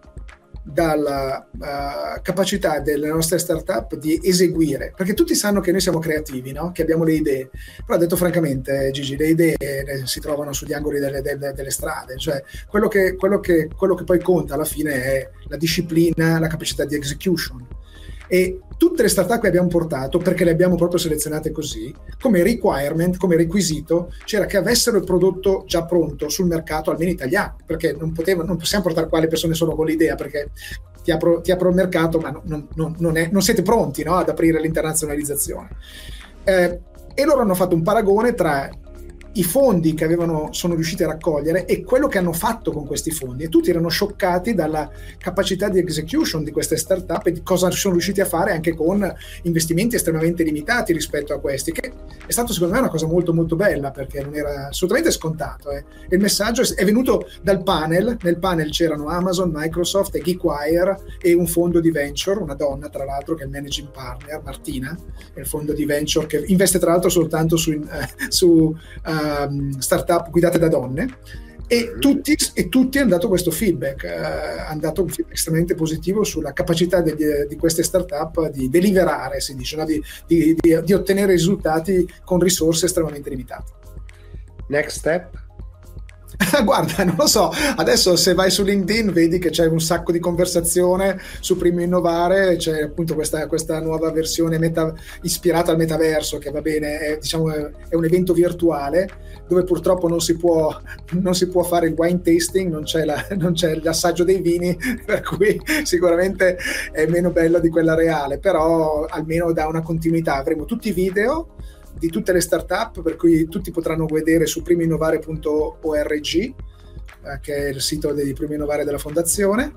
S4: dalla uh, capacità delle nostre startup di eseguire, perché tutti sanno che noi siamo creativi, no? Che abbiamo le idee, però detto francamente, Gigi, le idee si trovano sugli angoli delle, delle, delle strade, cioè quello che, quello, che, quello che poi conta alla fine è la disciplina, la capacità di execution. E tutte le startup che abbiamo portato, perché le abbiamo proprio selezionate così, come requirement, come requisito, c'era che avessero il prodotto già pronto sul mercato, almeno italiano, perché non, poteva, non possiamo portare qua le persone solo con l'idea, perché ti apro, ti apro il mercato, ma non, non, non, è, non siete pronti, no, ad aprire l'internazionalizzazione. Eh, e loro hanno fatto un paragone tra i fondi che avevano, sono riusciti a raccogliere e quello che hanno fatto con questi fondi, e tutti erano scioccati dalla capacità di execution di queste startup e di cosa sono riusciti a fare anche con investimenti estremamente limitati rispetto a questi, che è stato secondo me una cosa molto molto bella, perché non era assolutamente scontato, eh. E il messaggio è venuto dal panel. Nel panel c'erano Amazon, Microsoft e Geekwire e un fondo di venture, una donna tra l'altro che è il managing partner, Martina, è il fondo di venture che investe tra l'altro soltanto su, eh, su uh, startup guidate da donne, e tutti, e tutti hanno dato questo feedback, uh, hanno dato un feedback estremamente positivo sulla capacità degli, di queste startup di deliverare, si dice, no? di, di, di, di ottenere risultati con risorse estremamente limitate.
S1: Next step?
S4: Guarda, non lo so, adesso se vai su LinkedIn vedi che c'è un sacco di conversazione su Primo Innovare, c'è appunto questa, questa nuova versione meta, ispirata al metaverso, che va bene, è, diciamo, è un evento virtuale dove purtroppo non si può, non si può fare il wine tasting, non c'è, la, non c'è l'assaggio dei vini, per cui sicuramente è meno bello di quella reale, però almeno dà una continuità. Avremo tutti i video di tutte le startup, per cui tutti potranno vedere su primo innovare punto org, eh, che è il sito di Primo Innovare della fondazione,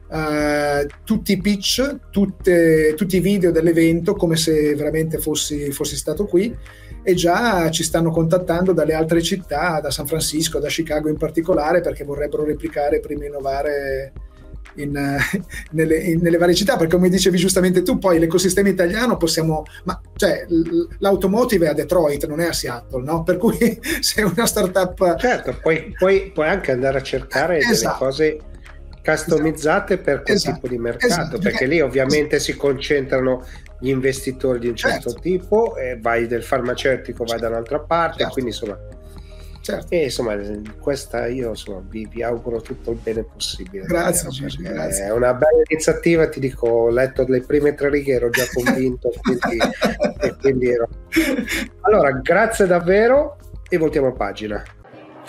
S4: eh, tutti i pitch, tutte, tutti i video dell'evento, come se veramente fossi, fossi stato qui, e già ci stanno contattando dalle altre città, da San Francisco, da Chicago in particolare, perché vorrebbero replicare Primo Innovare In, nelle, in, nelle varie città, perché come dicevi giustamente tu, poi l'ecosistema italiano possiamo, ma cioè l'automotive è a Detroit, non è a Seattle, no? Per cui se una startup,
S1: certo, puoi, puoi, puoi anche andare a cercare esatto. delle cose customizzate esatto. per quel esatto. tipo di mercato, esatto. perché, perché lì ovviamente esatto. si concentrano gli investitori di un certo certo. tipo, e vai del farmaceutico, vai certo. da un'altra parte, certo. quindi insomma certo. E insomma, questa io insomma, vi, vi auguro tutto il bene possibile.
S4: Grazie, Gigi, grazie.
S1: È una bella iniziativa, ti dico, ho letto le prime tre righe, ero già convinto. quindi, e quindi ero... Allora, grazie davvero e voltiamo pagina.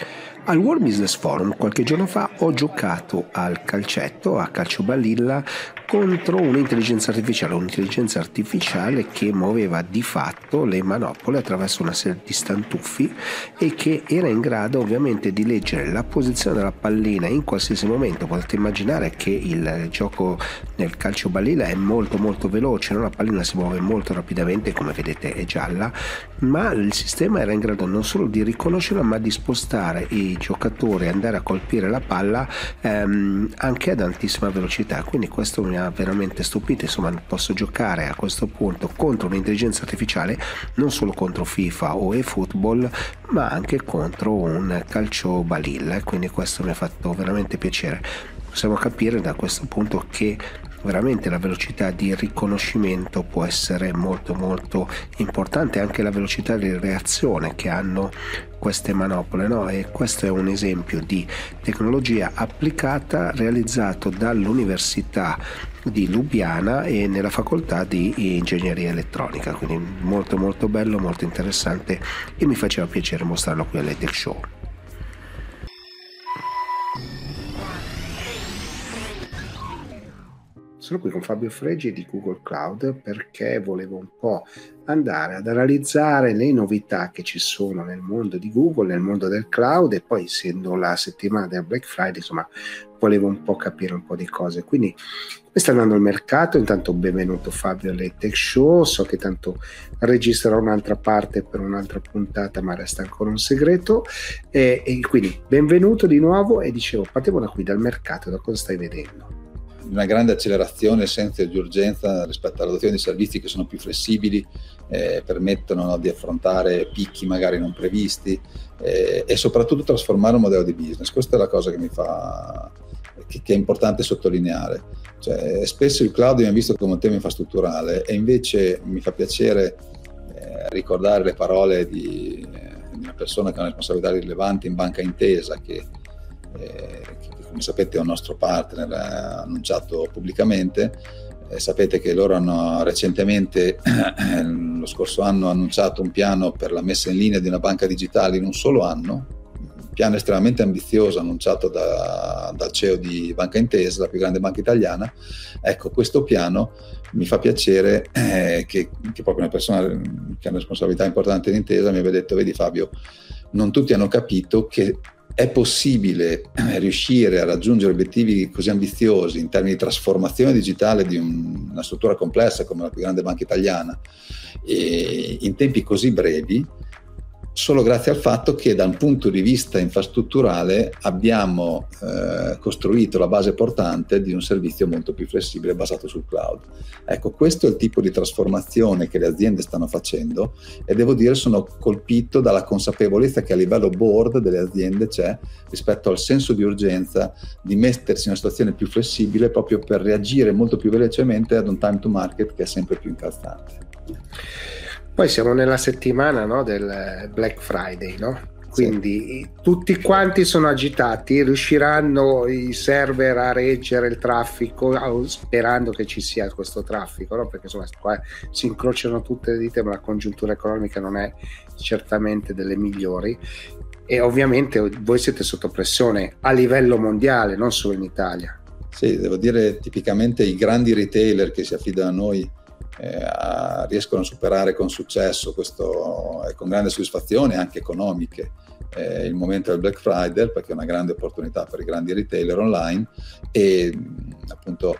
S1: Al World Business Forum qualche giorno fa ho giocato al calcetto, a calcio balilla, contro un'intelligenza artificiale, un'intelligenza artificiale che muoveva di fatto le manopole attraverso una serie di stantuffi e che era in grado ovviamente di leggere la posizione della pallina in qualsiasi momento. Potete immaginare che il gioco nel calcio balilla è molto molto veloce, no? La pallina si muove molto rapidamente, come vedete è gialla, ma il sistema era in grado non solo di riconoscerla ma di spostare i giocatori, andare a colpire la palla ehm, anche ad altissima velocità. Quindi questo mi ha veramente stupito. Insomma, posso giocare a questo punto contro un'intelligenza artificiale, non solo contro FIFA o eFootball, ma anche contro un calcio balilla, e quindi questo mi ha fatto veramente piacere. Possiamo capire da questo punto che veramente la velocità di riconoscimento può essere molto molto importante, anche la velocità di reazione che hanno queste manopole, no? E questo è un esempio di tecnologia applicata realizzato dall'Università di Lubiana e nella facoltà di ingegneria elettronica, quindi molto molto bello, molto interessante, e mi faceva piacere mostrarlo qui all'EdTech Show. Sono qui con Fabio Fregi di Google Cloud perché volevo un po' andare ad analizzare le novità che ci sono nel mondo di Google, nel mondo del cloud, e poi essendo la settimana del Black Friday, insomma, volevo un po' capire un po' di cose. Quindi come sta andando il mercato? Intanto benvenuto Fabio all'EdTech Show, so che tanto registrerò un'altra parte per un'altra puntata, ma resta ancora un segreto, e, e quindi benvenuto di nuovo. E dicevo, partiamo da qui, dal mercato, da cosa stai vedendo?
S5: Una grande accelerazione senza di urgenza rispetto all'adozione di servizi che sono più flessibili, eh, permettono di affrontare picchi magari non previsti, eh, e soprattutto trasformare un modello di business. Questa è la cosa che mi fa che, che è importante sottolineare. Cioè, spesso il cloud viene visto come un tema infrastrutturale, e invece mi fa piacere eh, ricordare le parole di, di una persona che ha una responsabilità rilevante in Banca Intesa, che Eh, che come sapete è un nostro partner, eh, annunciato pubblicamente. Eh, sapete che loro hanno recentemente, eh, lo scorso anno, annunciato un piano per la messa in linea di una banca digitale in un solo anno, un piano estremamente ambizioso annunciato da, dal C E O di Banca Intesa, la più grande banca italiana. Ecco, questo piano mi fa piacere eh, che, che proprio una persona che ha una responsabilità importante in Intesa mi abbia detto: vedi Fabio, non tutti hanno capito che è possibile riuscire a raggiungere obiettivi così ambiziosi in termini di trasformazione digitale di un, una struttura complessa come la più grande banca italiana, e in tempi così brevi, solo grazie al fatto che da un punto di vista infrastrutturale abbiamo eh, costruito la base portante di un servizio molto più flessibile basato sul cloud. Ecco, questo è il tipo di trasformazione che le aziende stanno facendo, e devo dire sono colpito dalla consapevolezza che a livello board delle aziende c'è rispetto al senso di urgenza di mettersi in una situazione più flessibile, proprio per reagire molto più velocemente ad un time to market che è sempre più incalzante.
S1: Poi siamo nella settimana, no, del Black Friday, no? Quindi sì, tutti quanti sono agitati, riusciranno i server a reggere il traffico, sperando che ci sia questo traffico, no? Perché insomma qua si incrociano tutte le dita, ma la congiuntura economica non è certamente delle migliori, e ovviamente voi siete sotto pressione a livello mondiale, non solo in Italia.
S5: Sì, devo dire, tipicamente i grandi retailer che si affidano a noi Eh, a, riescono a superare con successo questo, e con grande soddisfazione anche economiche, eh, il momento del Black Friday, perché è una grande opportunità per i grandi retailer online, e appunto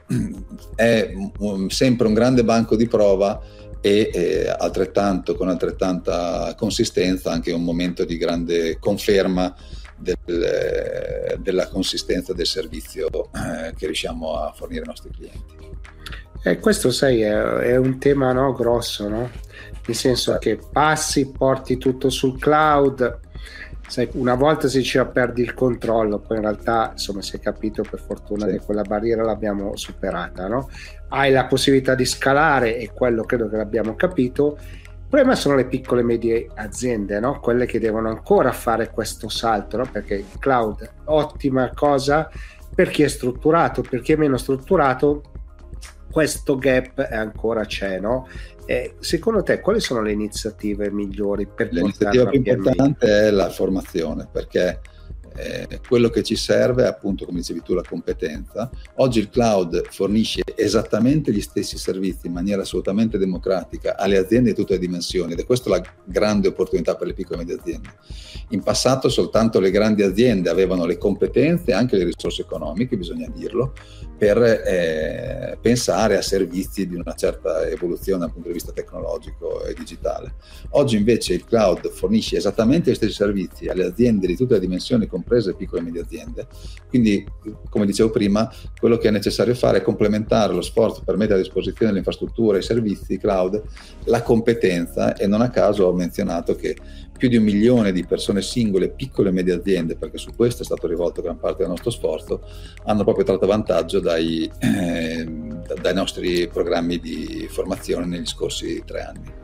S5: è un, sempre un grande banco di prova, e eh, altrettanto con altrettanta consistenza anche un momento di grande conferma del, eh, della consistenza del servizio eh, che riusciamo a fornire ai nostri clienti.
S1: E questo, sai, è, è un tema, no, grosso, no? Nel senso che passi, porti tutto sul cloud, sai, una volta si diceva perdi il controllo, poi in realtà insomma si è capito per fortuna sì. che quella barriera l'abbiamo superata, no? Hai la possibilità di scalare, e quello credo che l'abbiamo capito. Il problema sono le piccole e medie aziende, no? Quelle che devono ancora fare questo salto, no? Perché il cloud, ottima cosa per chi è strutturato, per chi è meno strutturato questo gap ancora c'è, no? E secondo te quali sono le iniziative migliori per
S5: l'iniziativa più importante è la formazione, perché Eh, quello che ci serve è appunto, come dicevi tu, la competenza. Oggi il cloud fornisce esattamente gli stessi servizi in maniera assolutamente democratica alle aziende di tutte le dimensioni, ed è questa la grande opportunità per le piccole e medie aziende. In passato soltanto le grandi aziende avevano le competenze e anche le risorse economiche, bisogna dirlo, per eh, pensare a servizi di una certa evoluzione dal punto di vista tecnologico e digitale. Oggi invece il cloud fornisce esattamente gli stessi servizi alle aziende di tutte le dimensioni, comprese piccole e medie aziende. Quindi, come dicevo prima, quello che è necessario fare è complementare lo sforzo per mettere a disposizione le infrastrutture, i servizi cloud, la competenza, e non a caso ho menzionato che più di un milione di persone singole, piccole e medie aziende, perché su questo è stato rivolto gran parte del nostro sforzo, hanno proprio tratto vantaggio dai, eh, dai nostri programmi di formazione negli scorsi tre anni.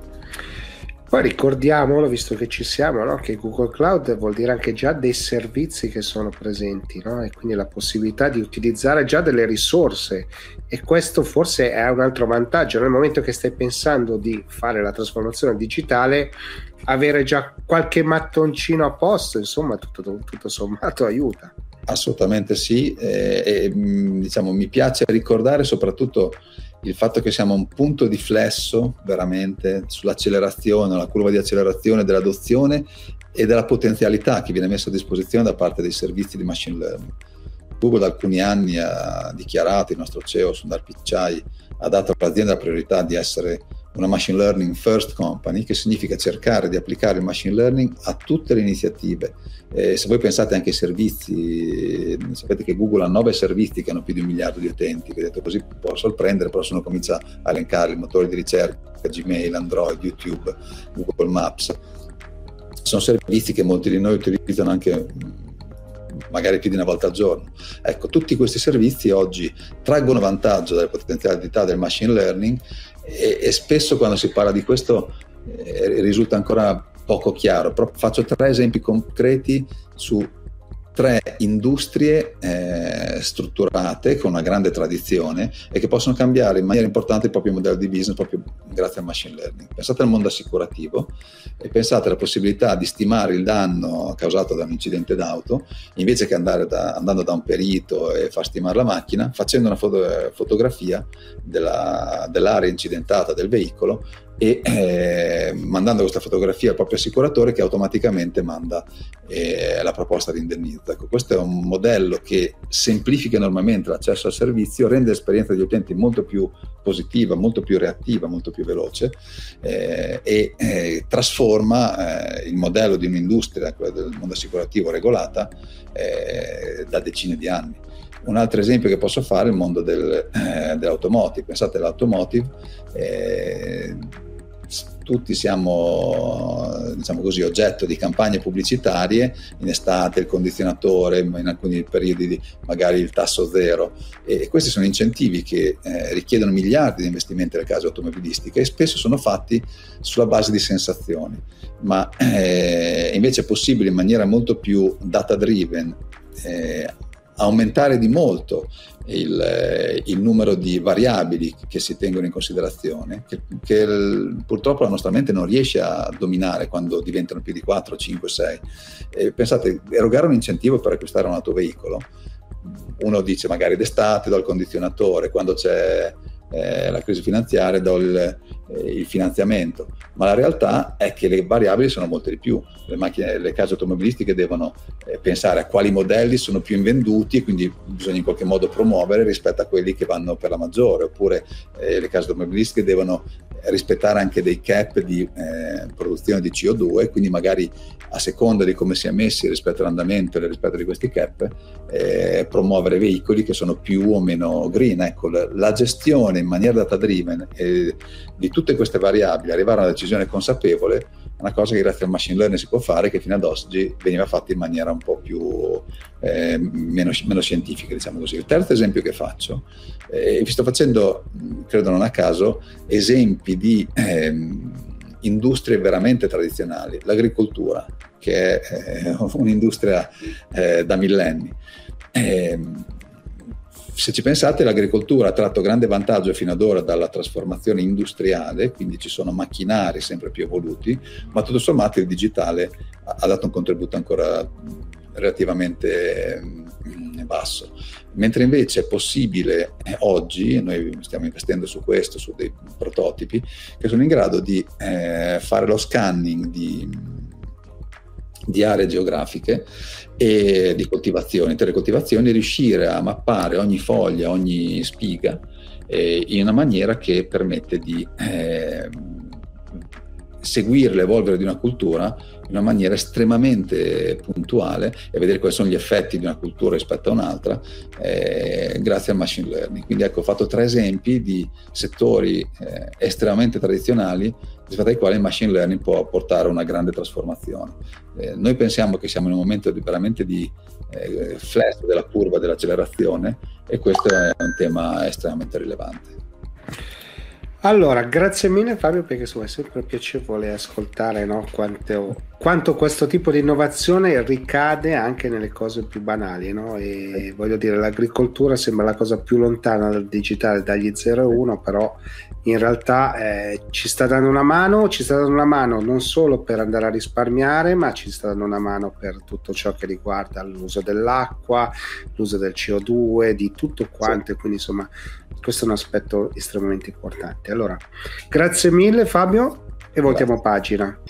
S1: Poi ricordiamolo, visto che ci siamo, no? Che Google Cloud vuol dire anche già dei servizi che sono presenti, no? E quindi la possibilità di utilizzare già delle risorse, e questo forse è un altro vantaggio nel momento che stai pensando di fare la trasformazione digitale. Avere già qualche mattoncino a posto, insomma, tutto, tutto sommato aiuta.
S5: Assolutamente sì, e, e diciamo, mi piace ricordare soprattutto il fatto che siamo a un punto di flesso veramente sull'accelerazione, la curva di accelerazione dell'adozione e della potenzialità che viene messa a disposizione da parte dei servizi di machine learning. Google da alcuni anni ha dichiarato, il nostro C E O Sundar Pichai ha dato all'azienda la priorità di essere una machine learning first company, che significa cercare di applicare il machine learning a tutte le iniziative. Eh, se voi pensate anche ai servizi, sapete che Google ha nove servizi che hanno più di un miliardo di utenti, vedete, così può sorprendere, però se uno comincia a elencare il motore di ricerca, Gmail, Android, YouTube, Google Maps, sono servizi che molti di noi utilizzano anche magari più di una volta al giorno. Ecco, tutti questi servizi oggi traggono vantaggio dalle potenzialità del machine learning, e, e spesso quando si parla di questo eh, risulta ancora poco chiaro. Però faccio tre esempi concreti su tre industrie eh, strutturate con una grande tradizione e che possono cambiare in maniera importante il proprio modello di business proprio grazie al machine learning. Pensate al mondo assicurativo e pensate alla possibilità di stimare il danno causato da un incidente d'auto, invece che andare da, andando da un perito e far stimare la macchina, facendo una foto, fotografia della, dell'area incidentata del veicolo e eh, mandando questa fotografia al proprio assicuratore, che automaticamente manda eh, la proposta di indennizzo. Ecco, questo è un modello che semplifica enormemente l'accesso al servizio, rende l'esperienza degli utenti molto più positiva, molto più reattiva, molto più veloce eh, e eh, trasforma eh, il modello di un'industria, quella del mondo assicurativo, regolata eh, da decine di anni. Un altro esempio che posso fare è il mondo del, eh, dell'automotive. Pensate all'automotive, eh, tutti siamo, diciamo così, oggetto di campagne pubblicitarie, in estate il condizionatore, in alcuni periodi di, magari il tasso zero, e questi sono incentivi che eh, richiedono miliardi di investimenti nelle case automobilistiche e spesso sono fatti sulla base di sensazioni, ma eh, invece è possibile in maniera molto più data driven eh, aumentare di molto il, il numero di variabili che si tengono in considerazione, che, che il, purtroppo la nostra mente non riesce a dominare quando diventano più di quattro, cinque, sei. E pensate, erogare un incentivo per acquistare un autoveicolo, uno dice magari d'estate do il condizionatore, quando c'è eh, la crisi finanziaria do il, eh, il finanziamento, ma la realtà è che le variabili sono molte di più. Le macchine, le case automobilistiche devono eh, pensare a quali modelli sono più invenduti e quindi bisogna in qualche modo promuovere rispetto a quelli che vanno per la maggiore, oppure eh, le case automobilistiche devono rispettare anche dei cap di eh, produzione di C O due, quindi magari a seconda di come si è messi rispetto all'andamento e rispetto di questi cap eh, promuovere veicoli che sono più o meno green. Ecco, la gestione in maniera data driven eh, di tutte queste variabili, arrivare a una decisione consapevole, è una cosa che grazie al machine learning si può fare, che fino ad oggi veniva fatta in maniera un po' più eh, meno, meno scientifica, diciamo così. Il terzo esempio che faccio, eh, vi sto facendo, credo non a caso, esempi di eh, industrie veramente tradizionali. L'agricoltura, che è eh, un'industria eh, da millenni. Eh, Se ci pensate, l'agricoltura ha tratto grande vantaggio fino ad ora dalla trasformazione industriale, quindi ci sono macchinari sempre più evoluti, ma tutto sommato il digitale ha dato un contributo ancora relativamente mh, basso. Mentre invece è possibile eh, oggi, noi stiamo investendo su questo, su dei prototipi che sono in grado di eh, fare lo scanning di, di aree geografiche e di coltivazioni, intere coltivazioni, riuscire a mappare ogni foglia, ogni spiga eh, in una maniera che permette di eh, seguire l'evolvere di una cultura in una maniera estremamente puntuale e vedere quali sono gli effetti di una cultura rispetto a un'altra eh, grazie al machine learning. Quindi ecco, ho fatto tre esempi di settori eh, estremamente tradizionali rispetto ai quali il machine learning può portare una grande trasformazione. Eh, noi pensiamo che siamo in un momento di, veramente di eh, flash della curva dell'accelerazione e questo è un tema estremamente rilevante.
S1: Allora, grazie mille Fabio, perché insomma, è sempre piacevole ascoltare, no, quanto, quanto questo tipo di innovazione ricade anche nelle cose più banali, no? E voglio dire, l'agricoltura sembra la cosa più lontana dal digitale, dagli zero e uno, però in realtà eh, ci sta dando una mano, ci sta dando una mano non solo per andare a risparmiare, ma ci sta dando una mano per tutto ciò che riguarda l'uso dell'acqua, l'uso del C O due, di tutto quanto, sì. Quindi insomma questo è un aspetto estremamente importante. Allora, grazie mille Fabio e voltiamo grazie. Pagina.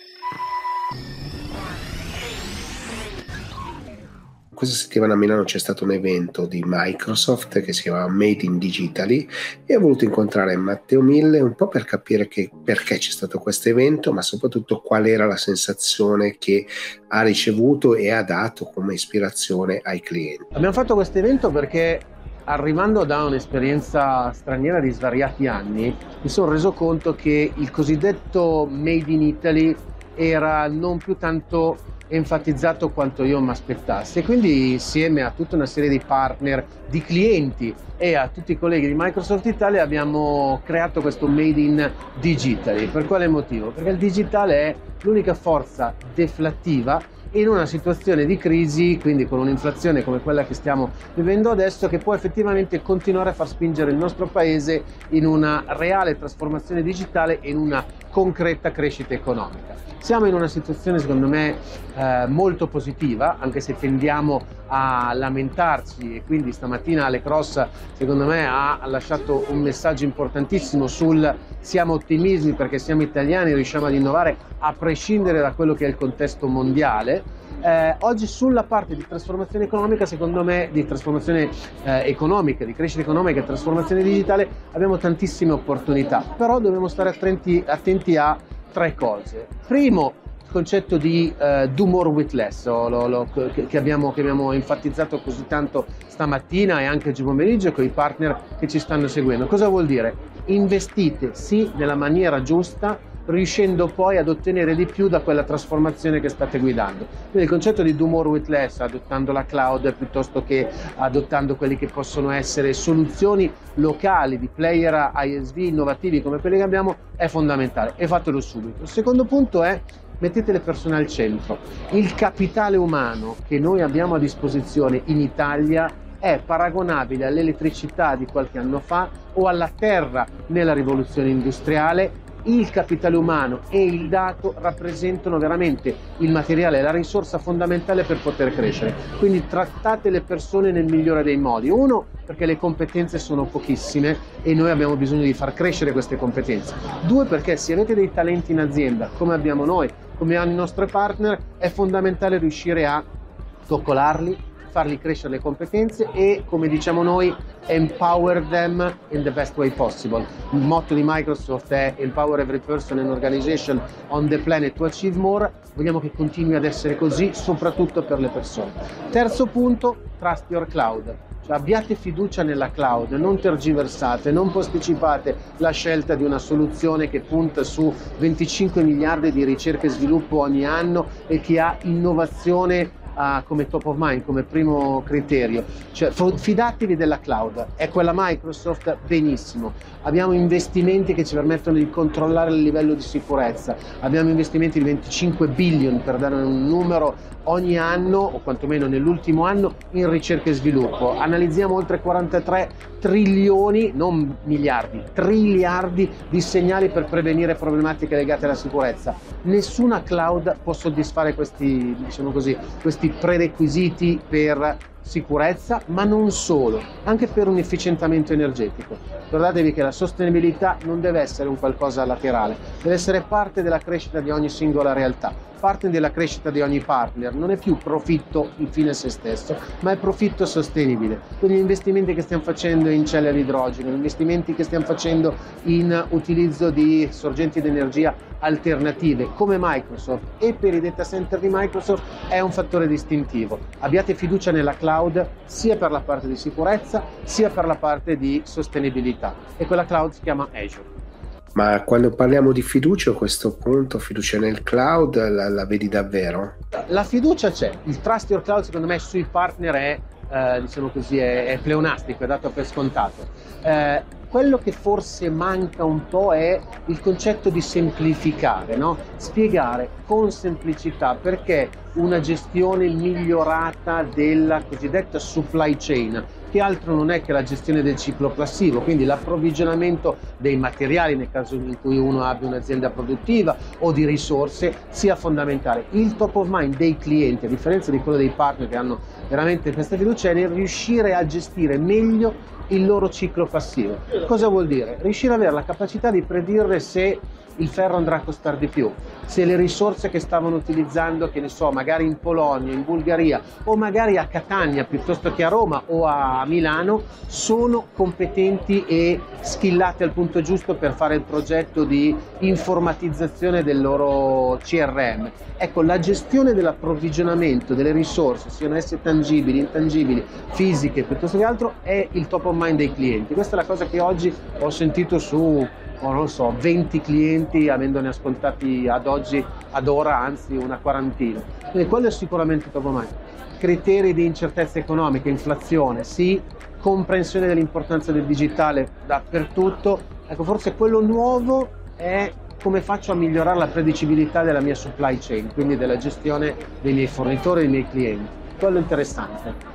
S1: Questa settimana a Milano c'è stato un evento di Microsoft che si chiama Made in Digitally e ho voluto incontrare Matteo Mille un po' per capire che, perché c'è stato questo evento, ma soprattutto qual era la sensazione che ha ricevuto e ha dato come ispirazione ai clienti.
S6: Abbiamo fatto questo evento perché, arrivando da un'esperienza straniera di svariati anni, mi sono reso conto che il cosiddetto Made in Italy era non più tanto enfatizzato quanto io mi aspettassi, e quindi insieme a tutta una serie di partner, di clienti e a tutti i colleghi di Microsoft Italia abbiamo creato questo Made in Digitally. Per quale motivo? Perché il digitale è l'unica forza deflattiva in una situazione di crisi, quindi con un'inflazione come quella che stiamo vivendo adesso, che può effettivamente continuare a far spingere il nostro paese in una reale trasformazione digitale e in una concreta crescita economica. Siamo in una situazione secondo me eh, molto positiva, anche se tendiamo a lamentarci, e quindi stamattina Ale Cross secondo me ha lasciato un messaggio importantissimo sul siamo ottimismi perché siamo italiani, riusciamo ad innovare a prescindere da quello che è il contesto mondiale. Eh, oggi sulla parte di trasformazione economica, secondo me, di trasformazione eh, economica, di crescita economica e trasformazione digitale abbiamo tantissime opportunità, però dobbiamo stare attenti, attenti a tre cose. Primo, il concetto di uh, do more with less, o lo, lo, che, che, abbiamo, che abbiamo enfatizzato così tanto stamattina e anche oggi pomeriggio con i partner che ci stanno seguendo. Cosa vuol dire? Investite sì nella maniera giusta, riuscendo poi ad ottenere di più da quella trasformazione che state guidando. Quindi il concetto di do more with less, adottando la cloud piuttosto che adottando quelli che possono essere soluzioni locali di player I S V innovativi come quelli che abbiamo, è fondamentale, e fatelo subito. Il secondo punto è: mettete le persone al centro. Il capitale umano che noi abbiamo a disposizione in Italia è paragonabile all'elettricità di qualche anno fa o alla terra nella rivoluzione industriale. Il capitale umano e il dato rappresentano veramente il materiale, la risorsa fondamentale per poter crescere. Quindi trattate le persone nel migliore dei modi. Uno, perché le competenze sono pochissime e noi abbiamo bisogno di far crescere queste competenze. Due, perché se avete dei talenti in azienda, come abbiamo noi, come hanno i nostri partner, è fondamentale riuscire a coccolarli, farli crescere le competenze e, come diciamo noi, empower them in the best way possible. Il motto di Microsoft è empower every person and organization on the planet to achieve more. Vogliamo che continui ad essere così, soprattutto per le persone. Terzo punto, trust your cloud. Cioè, abbiate fiducia nella cloud, non tergiversate, non posticipate la scelta di una soluzione che punta su venticinque miliardi di ricerca e sviluppo ogni anno e che ha innovazione Uh, come top of mind, come primo criterio. Cioè, fidatevi della cloud. È quella Microsoft? Benissimo. Abbiamo investimenti che ci permettono di controllare il livello di sicurezza. Abbiamo investimenti di venticinque billion, per dare un numero, ogni anno, o quantomeno nell'ultimo anno, in ricerca e sviluppo. Analizziamo oltre quarantatré trilioni, non miliardi, triliardi di segnali per prevenire problematiche legate alla sicurezza. Nessuna cloud può soddisfare questi, diciamo così, questi questi prerequisiti per sicurezza, ma non solo, anche per un efficientamento energetico. Ricordatevi che la sostenibilità non deve essere un qualcosa laterale, deve essere parte della crescita di ogni singola realtà, parte della crescita di ogni partner. Non è più profitto in fine a se stesso, ma è profitto sostenibile. Quindi gli investimenti che stiamo facendo in celle ad idrogeno, gli investimenti che stiamo facendo in utilizzo di sorgenti di energia alternative come Microsoft e per i data center di Microsoft è un fattore distintivo. Abbiate fiducia nella cloud sia per la parte di sicurezza sia per la parte di sostenibilità, e quella cloud si chiama Azure.
S1: Ma quando parliamo di fiducia, a questo punto, fiducia nel cloud, la, la vedi davvero?
S6: La fiducia c'è, il trust your cloud secondo me sui partner è, eh, diciamo così, è, è pleonastico, è dato per scontato. Eh, quello che forse manca un po' è il concetto di semplificare, no? Spiegare con semplicità perché una gestione migliorata della cosiddetta supply chain, che altro non è che la gestione del ciclo passivo, quindi l'approvvigionamento dei materiali nel caso in cui uno abbia un'azienda produttiva o di risorse, sia fondamentale. Il top of mind dei clienti, a differenza di quello dei partner che hanno veramente questa fiducia, è nel riuscire a gestire meglio il loro ciclo passivo. Cosa vuol dire? Riuscire ad avere la capacità di predire se il ferro andrà a costare di più, se le risorse che stavano utilizzando, che ne so, magari in Polonia, in Bulgaria o magari a Catania piuttosto che a Roma o a Milano, sono competenti e skillate al punto giusto per fare il progetto di informatizzazione del loro C R M. Ecco, la gestione dell'approvvigionamento delle risorse, siano esse tangibili, intangibili, fisiche piuttosto che altro, è il top of mind dei clienti. Questa è la cosa che oggi ho sentito su o non so, venti clienti, avendone ascoltati ad oggi, ad ora, anzi una quarantina. Quindi quello è sicuramente top of mind. Criteri di incertezza economica, inflazione, sì, comprensione dell'importanza del digitale dappertutto. Ecco, forse quello nuovo è come faccio a migliorare la predicibilità della mia supply chain, quindi della gestione dei miei fornitori e dei miei clienti. Quello è interessante.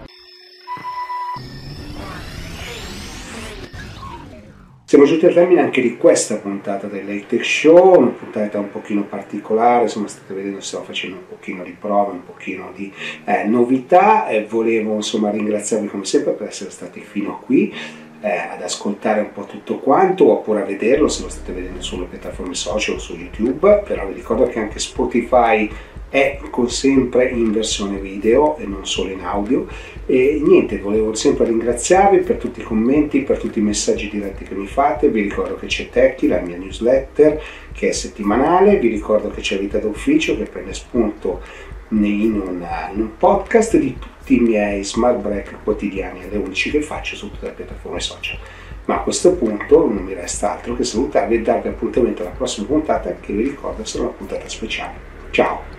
S1: Siamo giunti al termine anche di questa puntata del Late Tech Show, una puntata un pochino particolare, insomma state vedendo stiamo facendo un pochino di prove, un pochino di eh, novità, e volevo insomma ringraziarvi come sempre per essere stati fino a qui eh, ad ascoltare un po' tutto quanto, oppure a vederlo se lo state vedendo sulle piattaforme social o su YouTube. Però vi ricordo che anche Spotify è sempre in versione video e non solo in audio. E niente, volevo sempre ringraziarvi per tutti i commenti, per tutti i messaggi diretti che mi fate. Vi ricordo che c'è Techie, la mia newsletter che è settimanale, vi ricordo che c'è Vita d'Ufficio che prende spunto in un, in un podcast di tutti i miei smart break quotidiani alle undici che faccio su tutte le piattaforme social. Ma a questo punto non mi resta altro che salutarvi e darvi appuntamento alla prossima puntata, che vi ricordo sarà una puntata speciale. Ciao!